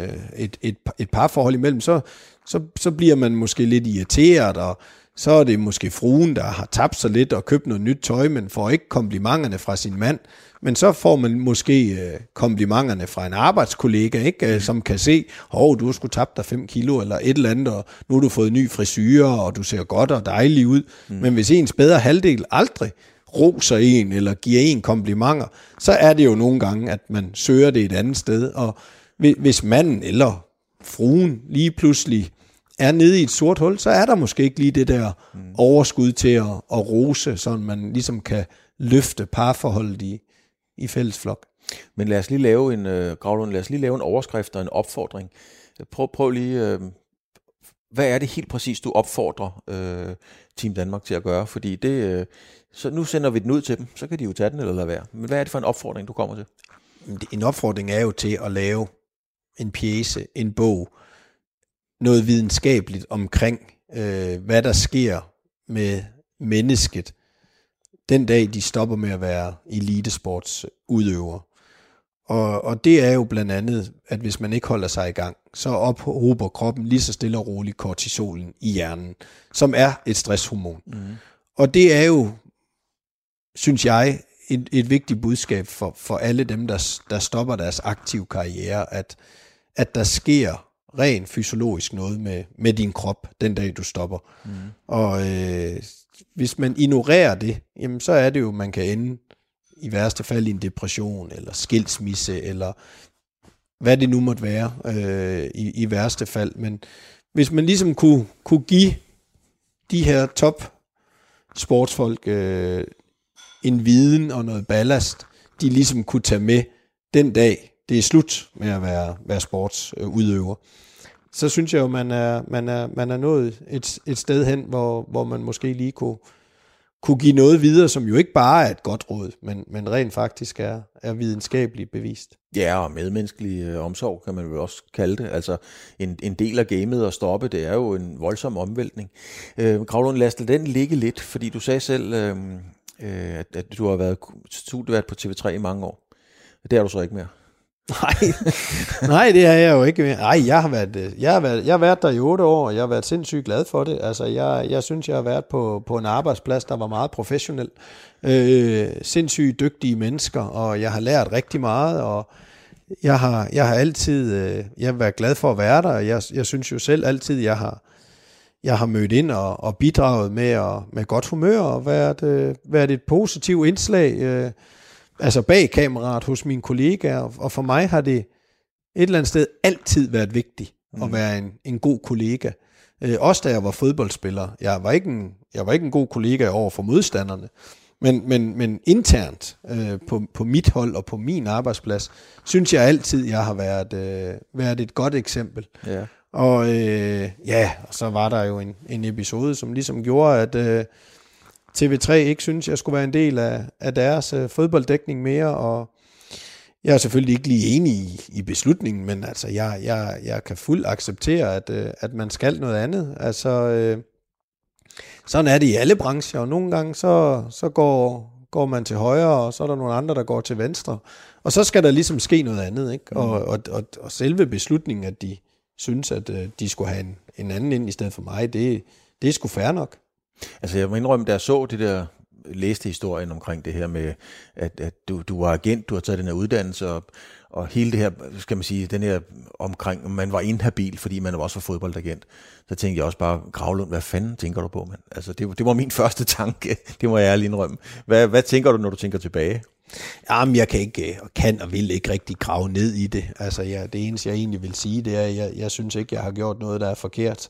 et parforhold imellem, så bliver man måske lidt irriteret, og så er det måske fruen, der har tabt sig lidt og købt noget nyt tøj, men får ikke komplimenterne fra sin mand. Men så får man måske komplimenterne fra en arbejdskollega, ikke? Som kan se, du har sgu tabt dig 5 kilo eller et eller andet, og nu har du fået ny frisyre, og du ser godt og dejlig ud. Men hvis ens bedre halvdel aldrig roser en eller giver en komplimenter, så er det jo nogle gange, at man søger det et andet sted. Og hvis manden eller fruen lige pludselig er nede i et sort hul, så er der måske ikke lige det der overskud til at rose, så man ligesom kan løfte parforholdet i fælles flok. Men lad os lige lave en overskrift og en opfordring. Prøv lige, hvad er det helt præcis, du opfordrer Team Danmark til at gøre? Fordi det, så nu sender vi den ud til dem, så kan de jo tage den eller lade være. Men hvad er det for en opfordring, du kommer til? En opfordring er jo til at lave en pjece, en bog, noget videnskabeligt omkring, hvad der sker med mennesket, den dag de stopper med at være elitesportsudøvere. Og det er jo blandt andet, at hvis man ikke holder sig i gang, så ophober kroppen lige så stille og roligt kortisolen i hjernen, som er et stresshormon. Og det er jo, synes jeg, et vigtigt budskab for alle dem, der stopper deres aktive karriere, at der sker rent fysiologisk noget med din krop, den dag du stopper. Og hvis man ignorerer det, jamen så er det jo, man kan ende i værste fald i en depression, eller skilsmisse, eller hvad det nu måtte være i værste fald. Men hvis man ligesom kunne give de her top sportsfolk en viden og noget ballast, de ligesom kunne tage med den dag, det er slut med at være sportsudøver, så synes jeg jo, man er nået et sted hen, hvor man måske lige kunne give noget videre, som jo ikke bare er et godt råd, men rent faktisk er videnskabeligt bevist. Ja, og medmenneskelig omsorg kan man jo også kalde det. Altså en del af gamet at stoppe, det er jo en voldsom omvæltning. Gravlund, lad os lade den ligge lidt, fordi du sagde selv, at du har været studievært på TV3 i mange år. Det er du så ikke mere. Nej, det er jeg jo ikke. Nej, jeg har været der i 8 år, og jeg har været sindssygt glad for det. Altså, jeg synes, jeg har været på en arbejdsplads, der var meget professionel. Sindssygt dygtige mennesker, og jeg har lært rigtig meget, og Jeg har altid jeg har været glad for at være der, og jeg synes jo selv altid, jeg har mødt ind og bidraget med godt humør og været et positivt indslag altså bag kameraet hos mine kollegaer, og for mig har det et eller andet sted altid været vigtigt at være en god kollega. Også da jeg var fodboldspiller. Jeg var ikke en god kollega over for modstanderne, men internt på mit hold og på min arbejdsplads, synes jeg altid, jeg har været et godt eksempel. Ja. Og og så var der jo en episode, som ligesom gjorde, at TV3 ikke synes, jeg skulle være en del af deres fodbolddækning mere, og jeg er selvfølgelig ikke lige enig i beslutningen, men altså, jeg kan fuldt acceptere, at man skal noget andet. Altså, sådan er det i alle brancher, og nogle gange så går man til højre, og så er der nogle andre, der går til venstre. Og så skal der ligesom ske noget andet, ikke? Og selve beslutningen, at de synes, at de skulle have en anden ind i stedet for mig, det er sgu fair nok. Altså jeg må indrømme, da jeg så det der, læste historien omkring det her med, at du var agent, du har taget den her uddannelse, og hele det her, skal man sige, den her omkring, man var inhabil, fordi man også var fodboldagent, så tænkte jeg også bare, Gravlund, hvad fanden tænker du på, mand? Altså det var min første tanke, det må jeg ærligt indrømme. Hvad tænker du, når du tænker tilbage? Jamen, jeg kan og vil ikke rigtig grave ned i det. Altså, det eneste, jeg egentlig vil sige, det er, at jeg synes ikke, jeg har gjort noget, der er forkert.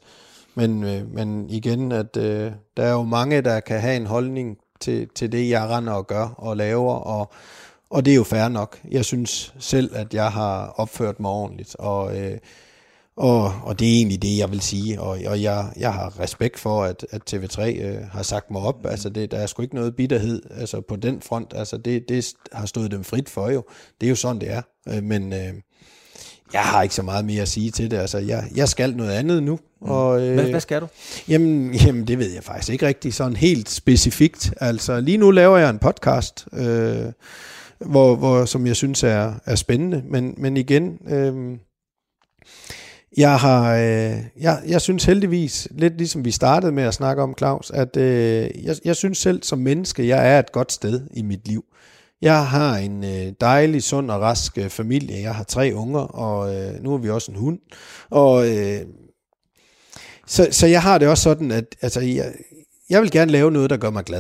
Men igen, at der er jo mange, der kan have en holdning til det, jeg render og gør og laver, og det er jo fair nok. Jeg synes selv, at jeg har opført mig ordentligt, og det er egentlig det, jeg vil sige, og jeg har respekt for, at TV3 har sagt mig op. Altså, der er sgu ikke noget bitterhed altså, på den front. Altså, det har stået dem frit for jo. Det er jo sådan, det er. Men jeg har ikke så meget mere at sige til det. Altså, jeg skal noget andet nu. Og, hvad skal du? Jamen, det ved jeg faktisk ikke rigtig sådan helt specifikt. Altså, lige nu laver jeg en podcast, som jeg synes er spændende. Men igen... Jeg synes heldigvis, lidt ligesom vi startede med at snakke om, Claus, at jeg synes selv som menneske, jeg er et godt sted i mit liv. Jeg har en dejlig, sund og rask familie. Jeg har 3 unger, og nu har vi også en hund. Og så jeg har det også sådan, at altså, jeg vil gerne lave noget, der gør mig glad.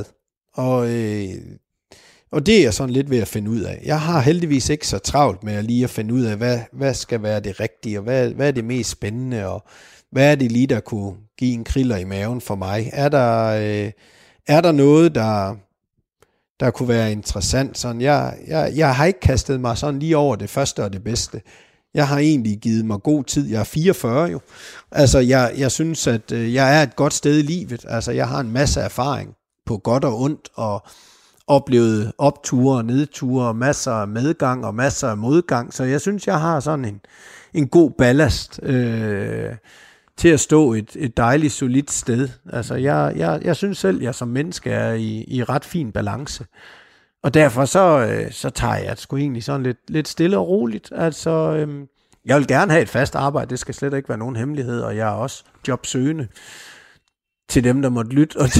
Og det er jeg sådan lidt ved at finde ud af. Jeg har heldigvis ikke så travlt med at lige at finde ud af, hvad skal være det rigtige, og hvad er det mest spændende, og hvad er det lige, der kunne give en kriller i maven for mig? Er der noget, der kunne være interessant? Sådan, jeg har ikke kastet mig sådan lige over det første og det bedste. Jeg har egentlig givet mig god tid. Jeg er 44 jo. Altså, jeg synes, at jeg er et godt sted i livet. Altså, jeg har en masse erfaring på godt og ondt, og oplevet opture og nedture, og masser af medgang og masser af modgang. Så jeg synes, jeg har sådan en god ballast til at stå et dejligt, solidt sted. Altså, jeg synes selv, jeg som menneske er i ret fin balance. Og derfor så tager jeg sgu egentlig sådan lidt stille og roligt. Altså, jeg vil gerne have et fast arbejde, det skal slet ikke være nogen hemmelighed, og jeg er også jobsøgende til dem, der måtte lytte. Og til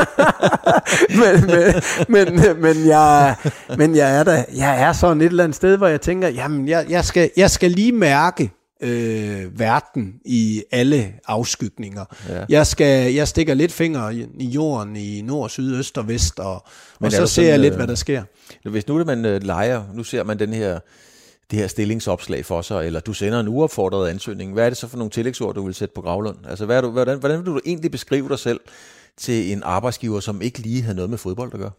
men jeg er sådan et eller andet sted, hvor jeg tænker, jamen, jeg skal lige mærke verden i alle afskygninger. Ja. Jeg stikker lidt fingre i jorden i nord, syd, øst og vest, og så ser jeg lidt, hvad der sker. Hvis nu man leger, nu ser man det her stillingsopslag for sig, eller du sender en uopfordret ansøgning, hvad er det så for nogle tillægsord, du vil sætte på Gravlund? Altså, hvordan vil du egentlig beskrive dig selv til en arbejdsgiver, som ikke lige havde noget med fodbold at gøre?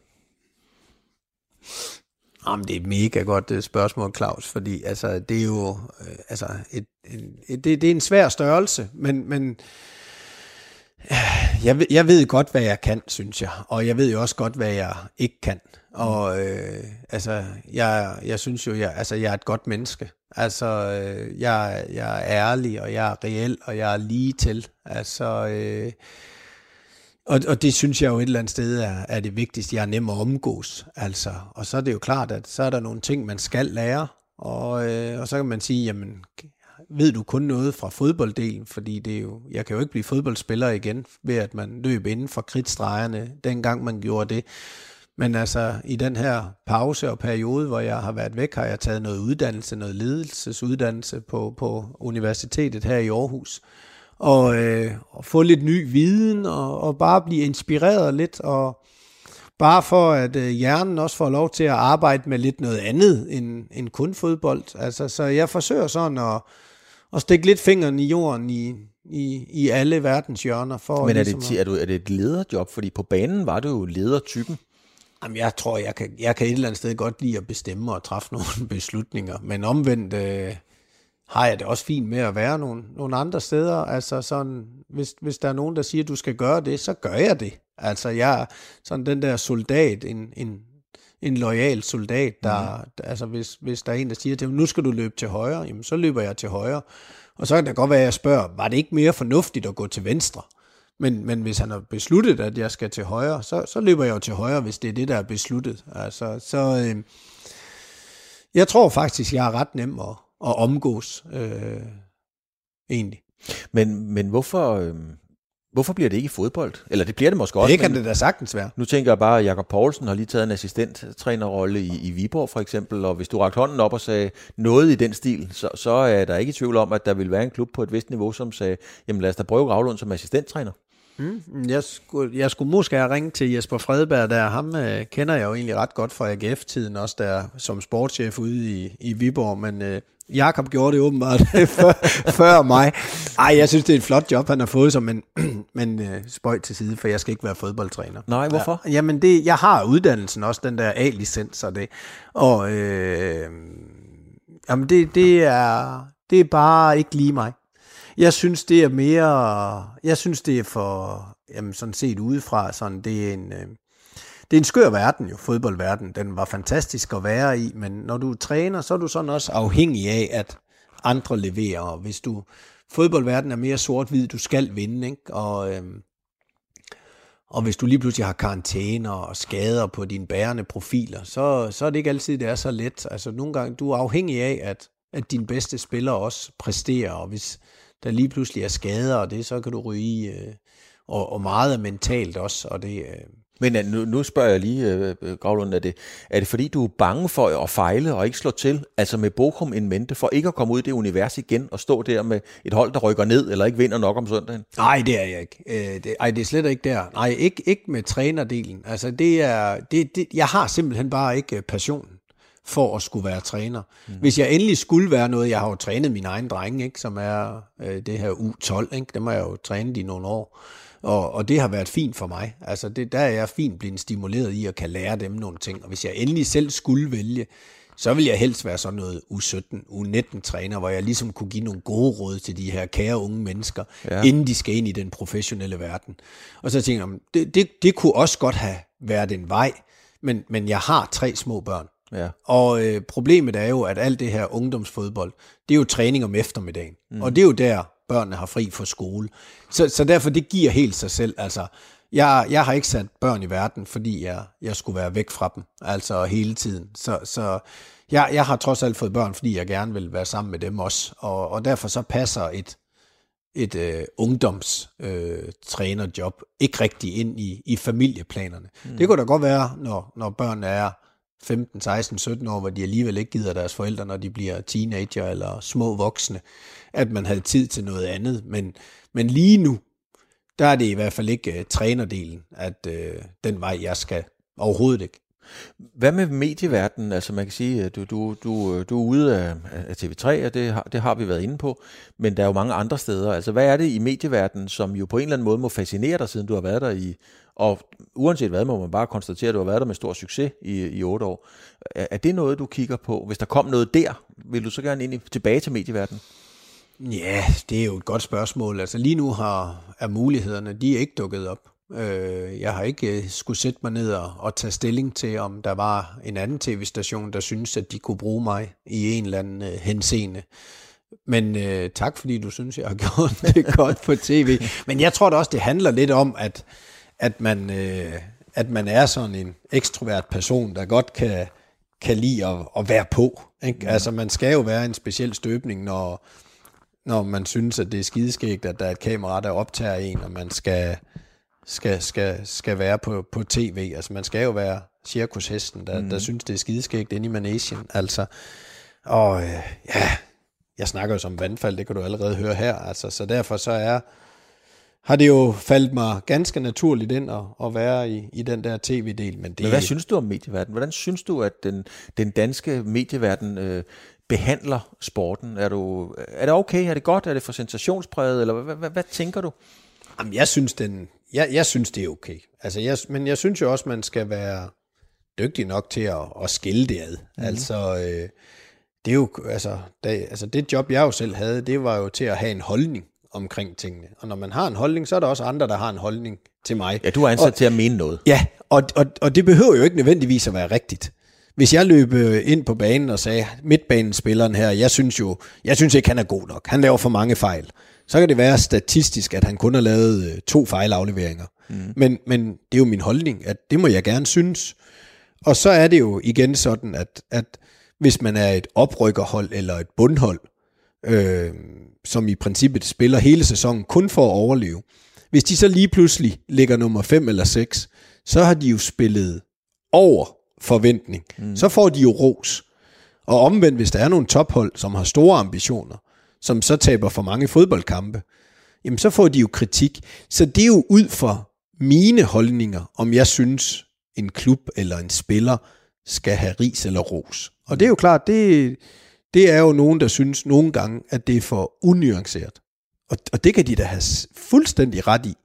Jamen, det er et mega godt spørgsmål, Claus, fordi altså, det er jo det er en svær størrelse, men jeg ved godt, hvad jeg kan, synes jeg, og jeg ved jo også godt, hvad jeg ikke kan. Og jeg synes jo, jeg er et godt menneske. Altså, jeg er ærlig, og jeg er reel, og jeg er lige til. Altså, og det synes jeg jo et eller andet sted er det vigtigste. Jeg er nem at omgås. Altså, og så er det jo klart, at så er der nogle ting, man skal lære. Og så kan man sige, jamen, ved du kun noget fra fodbolddelen? Fordi det er jo, jeg kan jo ikke blive fodboldspiller igen, ved at man løb inden for kridtstregerne, dengang man gjorde det. Men altså, i den her pause og periode, hvor jeg har været væk, har jeg taget noget uddannelse, noget ledelsesuddannelse på universitetet her i Aarhus. Og få lidt ny viden, og bare blive inspireret lidt, og bare for, at hjernen også får lov til at arbejde med lidt noget andet end kun fodbold. Altså, så jeg forsøger sådan at stikke lidt fingeren i jorden i alle verdens hjørner. For Men er det et lederjob? Fordi på banen var du jo ledertypen. Jamen, jeg tror, jeg kan et eller andet sted godt lide at bestemme og træffe nogle beslutninger. Men omvendt har jeg det også fint med at være nogle andre steder. Altså sådan, hvis der er nogen, der siger, at du skal gøre det, så gør jeg det. Altså jeg er sådan den der soldat, en loyal soldat, der, altså hvis der er en, der siger til mig, nu skal du løbe til højre, jamen så løber jeg til højre. Og så kan det godt være, at jeg spørger, var det ikke mere fornuftigt at gå til venstre? Men hvis han har besluttet, at jeg skal til højre, så løber jeg jo til højre, hvis det er det, der er besluttet. Altså, jeg tror faktisk, jeg er ret nem at omgås, egentlig. Men hvorfor bliver det ikke i fodbold? Eller det bliver det måske også. Det kan det da sagtens være. Nu tænker jeg bare, at Jakob Poulsen har lige taget en assistenttrænerrolle i Viborg for eksempel, og hvis du rakte hånden op og sagde noget i den stil, så er der ikke i tvivl om, at der vil være en klub på et vist niveau, som sagde, jamen lad os da prøve Gravlund som assistenttræner. Jeg skulle måske have ringet til Jesper Fredberg der. Ham kender jeg jo egentlig ret godt fra AGF-tiden, også der som sportschef ude i Viborg, men Jakob gjorde det åbenbart før mig. Ej, jeg synes, det er et flot job, han har fået sig, men spøj til side, for jeg skal ikke være fodboldtræner. Nej, hvorfor? Ja, jamen, jeg har uddannelsen også, den der A-licens og det. Og jamen, det er bare ikke lige mig. Jeg synes, det er mere... Jeg synes, det er for... Jamen, sådan set udefra, sådan, det er en skør verden jo, fodboldverden. Den var fantastisk at være i, men når du træner, så er du sådan også afhængig af, at andre leverer. Og hvis fodboldverden er mere sort-hvid, du skal vinde, ikke? Og hvis du lige pludselig har karantæner og skader på dine bærende profiler, så er det ikke altid, det er så let. Altså nogle gange, du er afhængig af, at dine bedste spillere også præsterer, og hvis der lige pludselig er skader, og det, så kan du ryge i, og meget er mentalt også, og det... Men nu spørger jeg lige, Gravlund, er det fordi, du er bange for at fejle og ikke slå til, altså med Bochum in mente, for ikke at komme ud i det univers igen og stå der med et hold, der rykker ned, eller ikke vinder nok om søndagen? Nej, det er jeg ikke. Det er slet ikke der. Nej, ikke med trænerdelen. Altså, jeg har simpelthen bare ikke passionen for at skulle være træner. Hvis jeg endelig skulle være noget, jeg har jo trænet mine egne drenge, ikke, som er det her U12, ikke, dem har jeg jo trænet i nogle år, og det har været fint for mig. Altså der er jeg fint blevet stimuleret i at kan lære dem nogle ting, og hvis jeg endelig selv skulle vælge, så vil jeg helst være sådan noget U17, U19 træner, hvor jeg ligesom kunne give nogle gode råd til de her kære unge mennesker, inden de skal ind i den professionelle verden. Og så tænker jeg, det kunne også godt have været en vej, men jeg har 3 små børn. Ja. Og problemet er jo, at alt det her ungdomsfodbold, det er jo træning om eftermiddagen. Og det er jo der, børnene har fri fra skole. Så derfor, det giver helt sig selv. Altså, jeg har ikke sat børn i verden, fordi jeg skulle være væk fra dem, altså hele tiden. Så jeg har trods alt fået børn, fordi jeg gerne vil være sammen med dem også. Og derfor så passer et ungdomstrænerjob ikke rigtig ind i familieplanerne. Det kunne da godt være, når børnene er 15, 16, 17 år, hvor de alligevel ikke gider deres forældre, når de bliver teenager eller små voksne, at man havde tid til noget andet. Men lige nu, der er det i hvert fald ikke trænerdelen, at den vej, jeg skal overhovedet ikke. Hvad med medieverdenen? Altså man kan sige, at du er ude af TV3, og det har vi været inde på, men der er jo mange andre steder. Altså hvad er det i medieverdenen, som jo på en eller anden måde må fascinere dig, siden du har været der i, og uanset hvad, må man bare konstatere, at du har været der med stor succes i 8 år. Er det noget, du kigger på? Hvis der kom noget der, vil du så gerne tilbage til medieverdenen? Ja, det er jo et godt spørgsmål. Altså lige nu er mulighederne, de er ikke dukket op. Jeg har ikke skulle sætte mig ned og tage stilling til, om der var en anden tv-station, der synes, at de kunne bruge mig i en eller anden henseende. Men tak, fordi du synes, jeg har gjort det godt på tv. Men jeg tror da også, det handler lidt om, at man er sådan en ekstrovert person, der godt kan lide at være på. Ikke? Altså man skal jo være en speciel støbning, når man synes, at det er skideskægt, at der er et kamera, der optager en, og man skal være på tv. Altså man skal jo være cirkushesten, der synes, det er skideskægt inde i managen. Altså, og jeg snakker jo som vandfald, det kan du allerede høre her. Altså, så derfor så har det jo faldt mig ganske naturligt ind at være i den der tv-del. Men hvad synes du om medieverdenen? Hvordan synes du, at den danske medieverden behandler sporten? Er det okay? Er det godt? Er det for sensationspræget? Eller hvad tænker du? Jamen, jeg synes det er okay. Altså, men jeg synes jo også, man skal være dygtig nok til at skille det ad. Altså, det er jo, det job, jeg jo selv havde, det var jo til at have en holdning omkring tingene. Og når man har en holdning, så er der også andre, der har en holdning til mig. Ja, du er ansat til at mene noget. Ja, og det behøver jo ikke nødvendigvis at være rigtigt. Hvis jeg løb ind på banen og sagde, midtbanespilleren her, jeg synes ikke, han er god nok. Han laver for mange fejl. Så kan det være statistisk, at han kun har lavet 2 fejlafleveringer. Men det er jo min holdning, at det må jeg gerne synes. Og så er det jo igen sådan, at hvis man er et oprykkerhold eller et bundhold, som i princippet spiller hele sæsonen kun for at overleve, hvis de så lige pludselig ligger nummer 5 eller 6, så har de jo spillet over forventning. Så får de jo ros. Og omvendt, hvis der er nogle tophold, som har store ambitioner, som så taber for mange fodboldkampe, jamen så får de jo kritik. Så det er jo ud fra mine holdninger, om jeg synes, en klub eller en spiller skal have ris eller ros. Og det er jo klart, det er jo nogen, der synes nogle gange, at det er for unuanceret. Og det kan de da have fuldstændig ret i.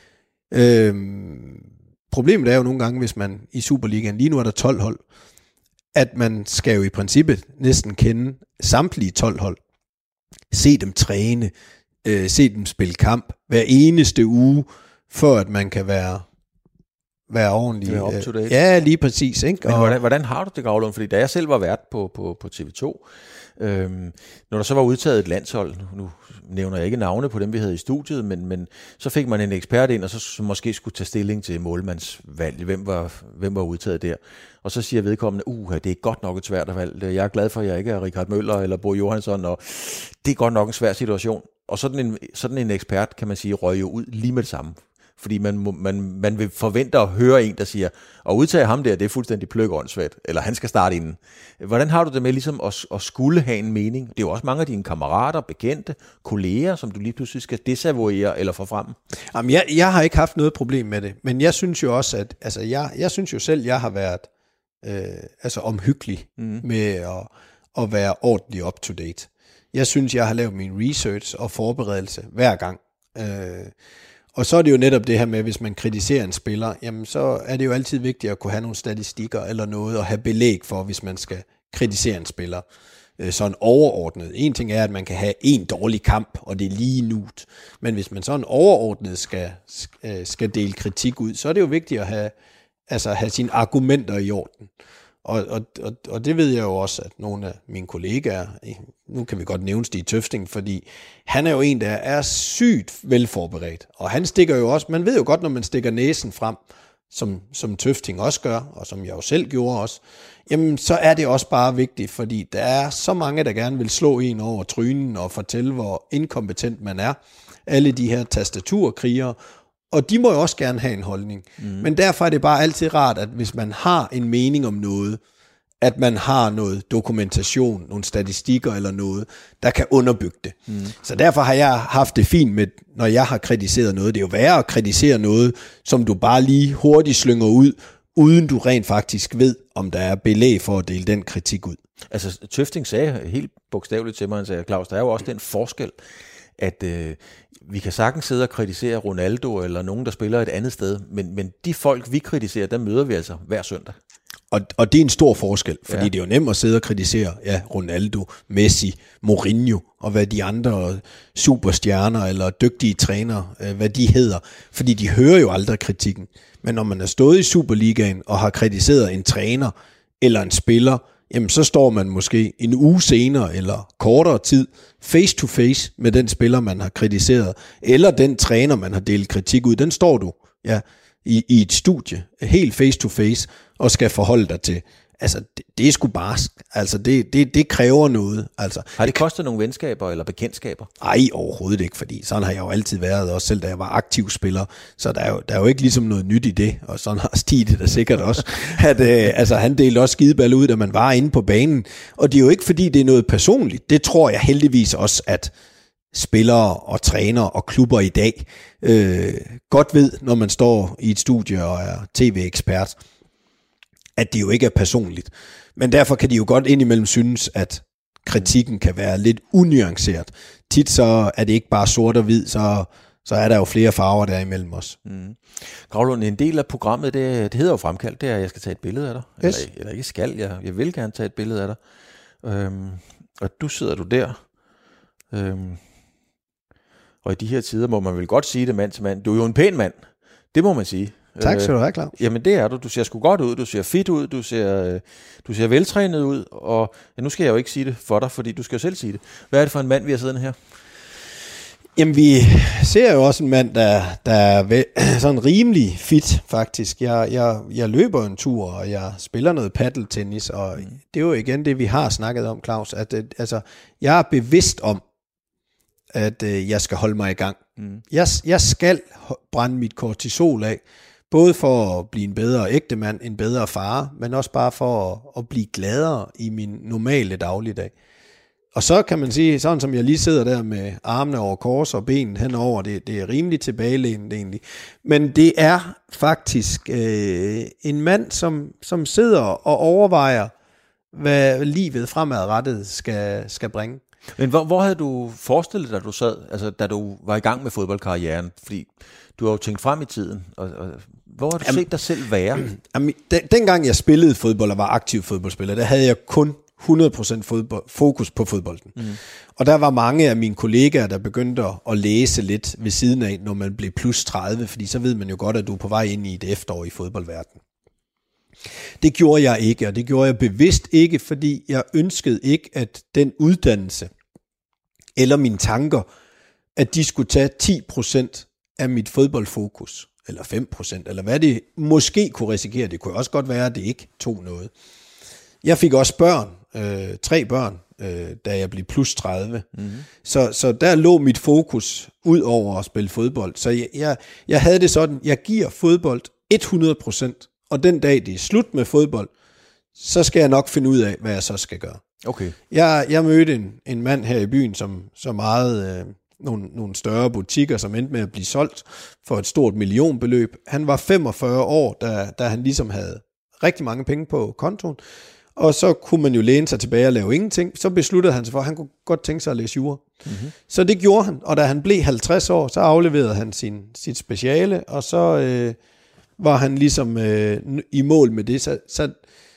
Problemet er jo nogle gange, hvis man i Superligaen, lige nu er der 12 hold, at man skal jo i princippet næsten kende samtlige 12 hold. Se dem træne, se dem spille kamp hver eneste uge, for at man kan være ordentlig. Up to date. Ja, lige præcis. Ikke? Men hvordan har du det, Gravlund? Fordi da jeg selv var vært på TV2, når der så var udtaget et landshold, nu nævner jeg ikke navne på dem, vi havde i studiet, men så fik man en ekspert ind, og så måske skulle tage stilling til målmandsvalg. Hvem var udtaget der? Og så siger vedkommende, det er godt nok et svært valg. Jeg er glad for, at jeg ikke er Richard Møller eller Bo Johansson, og det er godt nok en svær situation. Og sådan en ekspert, kan man sige, røg jo ud lige med det samme. Fordi man vil forvente at høre en, der siger, og udtage ham der, det er fuldstændig pløkåndssvagt, eller han skal starte inden. Hvordan har du det med ligesom at skulle have en mening? Det er jo også mange af dine kammerater, bekendte, kolleger, som du lige pludselig skal desavouere eller få frem. Jamen, jeg har ikke haft noget problem med det, men jeg synes jo også, at jeg synes jo selv, jeg har været omhyggelig med at være ordentligt up to date. Jeg synes, jeg har lavet min research og forberedelse hver gang. Og så er det jo netop det her med, hvis man kritiserer en spiller, jamen så er det jo altid vigtigt at kunne have nogle statistikker eller noget, og have belæg for, hvis man skal kritisere en spiller. Sådan overordnet. En ting er, at man kan have en dårlig kamp, og det er lige nu. Men hvis man sådan overordnet skal dele kritik ud, så er det jo vigtigt at have sine argumenter i orden. Og det ved jeg jo også, at nogle af mine kollegaer, nu kan vi godt nævne Stig Tøfting, fordi han er jo en, der er sygt velforberedt. Og han stikker jo også, man ved jo godt, når man stikker næsen frem, som Tøfting også gør, og som jeg jo selv gjorde også, jamen så er det også bare vigtigt, fordi der er så mange, der gerne vil slå en over trynen og fortælle, hvor inkompetent man er. Alle de her tastaturkrigere, og de må jo også gerne have en holdning. Men derfor er det bare altid rart, at hvis man har en mening om noget, at man har noget dokumentation, nogle statistikker eller noget, der kan underbygge det. Så derfor har jeg haft det fint med, når jeg har kritiseret noget. Det er jo værre at kritisere noget, som du bare lige hurtigt slynger ud, uden du rent faktisk ved, om der er belæg for at dele den kritik ud. Altså, Tøfting sagde helt bogstaveligt til mig, han sagde, Claus, der er jo også den forskel, at vi kan sagtens sidde og kritisere Ronaldo eller nogen, der spiller et andet sted, men de folk, vi kritiserer, der møder vi altså hver søndag. Og det er en stor forskel, fordi det er jo nemt at sidde og kritisere Ronaldo, Messi, Mourinho og hvad de andre superstjerner eller dygtige trænere, hvad de hedder, fordi de hører jo aldrig kritikken. Men når man er stået i Superligaen og har kritiseret en træner eller en spiller, jamen så står man måske en uge senere eller kortere tid face to face med den spiller, man har kritiseret, eller den træner, man har delt kritik ud. Den står du i et studie, helt face to face, og skal forholde dig til. Altså, det er sgu barsk. Altså, det kræver noget. Altså, har det kostet nogle venskaber eller bekendtskaber? Nej, overhovedet ikke, fordi sådan har jeg jo altid været, også selv da jeg var aktiv spiller. Så der er jo ikke ligesom noget nyt i det, og sådan har Stig det da sikkert også. At, altså, han delte også skideball ud, da man var inde på banen. Og det er jo ikke, fordi det er noget personligt. Det tror jeg heldigvis også, at spillere og trænere og klubber i dag godt ved, når man står i et studie og er tv-ekspert, at det jo ikke er personligt. Men derfor kan de jo godt indimellem synes, at kritikken kan være lidt unuanceret. Tit så er det ikke bare sort og hvid, så er der jo flere farver der imellem os. Gravlund, en del af programmet, det hedder jo Fremkaldt, det er, at jeg skal tage et billede af dig. Yes. Eller ikke skal, jeg vil gerne tage et billede af dig. Og du sidder der. Og i de her tider må man vel godt sige det mand til mand. Du er jo en pæn mand. Det må man sige. Tak skal du have, Claus. Jamen det er du. Du ser sgu godt ud. Du ser fit ud. Du ser veltrænet ud. Og nu skal jeg jo ikke sige det for dig, fordi du skal jo selv sige det. Hvad er det for en mand, vi har siddende her? Jamen vi ser jo også en mand, der er sådan rimelig fit faktisk. Jeg løber en tur, og jeg spiller noget paddeltennis, og det er jo igen det, vi har snakket om, Claus. At, altså, jeg er bevidst om, at jeg skal holde mig i gang. Jeg skal brænde mit kortisol af, både for at blive en bedre ægtemand, en bedre far, men også bare for at blive gladere i min normale dagligdag. Og så kan man sige, sådan som jeg lige sidder der med armene over kors og benen henover, det er rimelig tilbagelænet egentlig. Men det er faktisk en mand, som sidder og overvejer, hvad livet fremadrettet skal bringe. Men hvor havde du forestillet dig, da du sad, altså da du var i gang med fodboldkarrieren? Fordi du har jo tænkt frem i tiden, og hvor har du set dig selv være? Dengang jeg spillede fodbold og var aktiv fodboldspiller, der havde jeg kun 100% fokus på fodbolden. Og der var mange af mine kollegaer, der begyndte at læse lidt ved siden af, når man blev plus 30, fordi så ved man jo godt, at du er på vej ind i et efterår i fodboldverdenen. Det gjorde jeg ikke, og det gjorde jeg bevidst ikke, fordi jeg ønskede ikke, at den uddannelse eller mine tanker, at de skulle tage 10% af mit fodboldfokus, eller 5%, eller hvad det måske kunne risikere. Det kunne også godt være, at det ikke tog noget. Jeg fik også børn, 3 børn, da jeg blev plus 30. Så der lå mit fokus ud over at spille fodbold. Så jeg havde det sådan, jeg giver fodbold 100%, og den dag det er slut med fodbold, så skal jeg nok finde ud af, hvad jeg så skal gøre. Okay. Jeg mødte en mand her i byen, som ejede nogle større butikker, som endte med at blive solgt for et stort millionbeløb. Han var 45 år, da han ligesom havde rigtig mange penge på kontoen, og så kunne man jo læne sig tilbage og lave ingenting. Så besluttede han sig for, at han kunne godt tænke sig at læse jura. Så det gjorde han, og da han blev 50 år, så afleverede han sit speciale, og så var han ligesom i mål med det. Så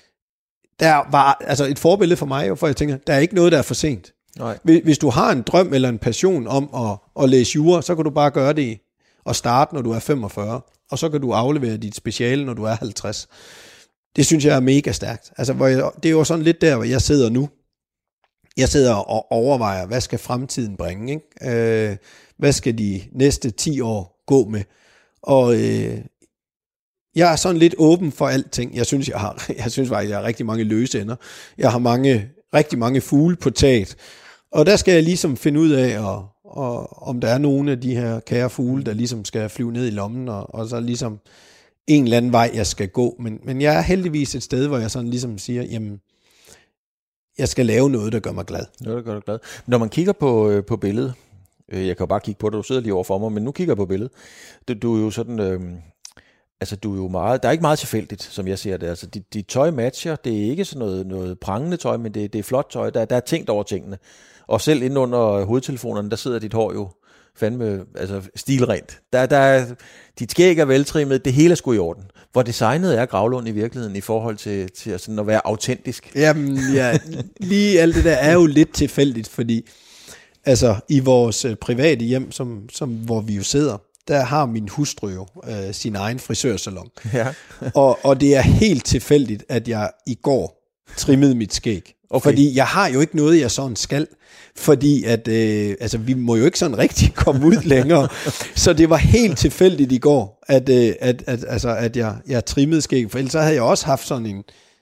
der var altså et forbillede for mig, for jeg tænker, der er ikke noget, der er for sent. Nej. Hvis du har en drøm eller en passion om at læse jura, så kan du bare gøre det og starte, når du er 45, og så kan du aflevere dit speciale, når du er 50. Det synes jeg er mega stærkt. Altså, det er jo sådan lidt der, hvor jeg sidder nu. Jeg sidder og overvejer, hvad skal fremtiden bringe? Ikke? Hvad skal de næste 10 år gå med? Og jeg er sådan lidt åben for alting. Jeg synes faktisk, jeg har rigtig mange løse ender. Jeg har rigtig mange fugle på taget. Og der skal jeg ligesom finde ud af, om der er nogle af de her kære fugle, der ligesom skal flyve ned i lommen, og så ligesom en eller anden vej, jeg skal gå. Men jeg er heldigvis et sted, hvor jeg sådan ligesom siger, jamen, jeg skal lave noget, der gør mig glad. Noget, der gør dig glad. Når man kigger på billedet, jeg kan jo bare kigge på det, du sidder lige over for mig, men nu kigger jeg på billedet. Du er jo sådan, altså du er jo meget, der er ikke meget tilfældigt, som jeg ser det. Altså de tøj matcher, det er ikke sådan noget prangende tøj, men det er flot tøj, der er tænkt over tingene. Og selv inde under hovedtelefonerne, der sidder dit hår jo fandme altså stilrent. Der dit skæg er veltrimmet, det hele er sgu i orden. Hvor designet er Gravlund i virkeligheden i forhold til sådan at være autentisk. Jamen ja, lige alt det der er jo lidt tilfældigt, fordi altså i vores private hjem, hvor vi jo sidder, der har min hustru jo sin egen frisørsalon. Ja. og det er helt tilfældigt, at jeg i går trimmede mit skæg. Okay. Fordi jeg har jo ikke noget, jeg sådan skal. Fordi at, altså, vi må jo ikke sådan rigtig komme ud længere. Så det var helt tilfældigt i går, at jeg trimmede skæg. For ellers så havde jeg også haft sådan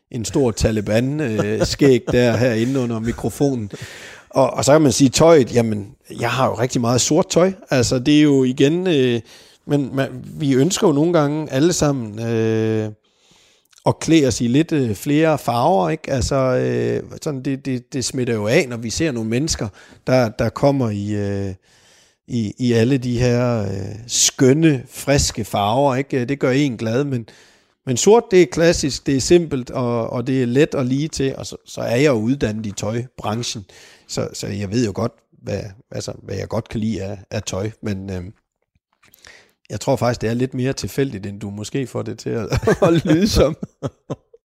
en stor Taliban-skæg der herinde under mikrofonen. Og så kan man sige tøjet, jamen, jeg har jo rigtig meget sort tøj. Altså, det er jo igen, men vi ønsker jo nogle gange alle sammen at klæde os i lidt flere farver, ikke? Altså, sådan det smitter jo af, når vi ser nogle mennesker, der kommer i alle de her skønne, friske farver, ikke? Det gør en glad, men sort, det er klassisk, det er simpelt, og det er let og lige til, og så er jeg jo uddannet i tøjbranchen, så jeg ved jo godt, hvad jeg godt kan lide af tøj, men jeg tror faktisk, det er lidt mere tilfældigt, end du måske får det til at lyde som.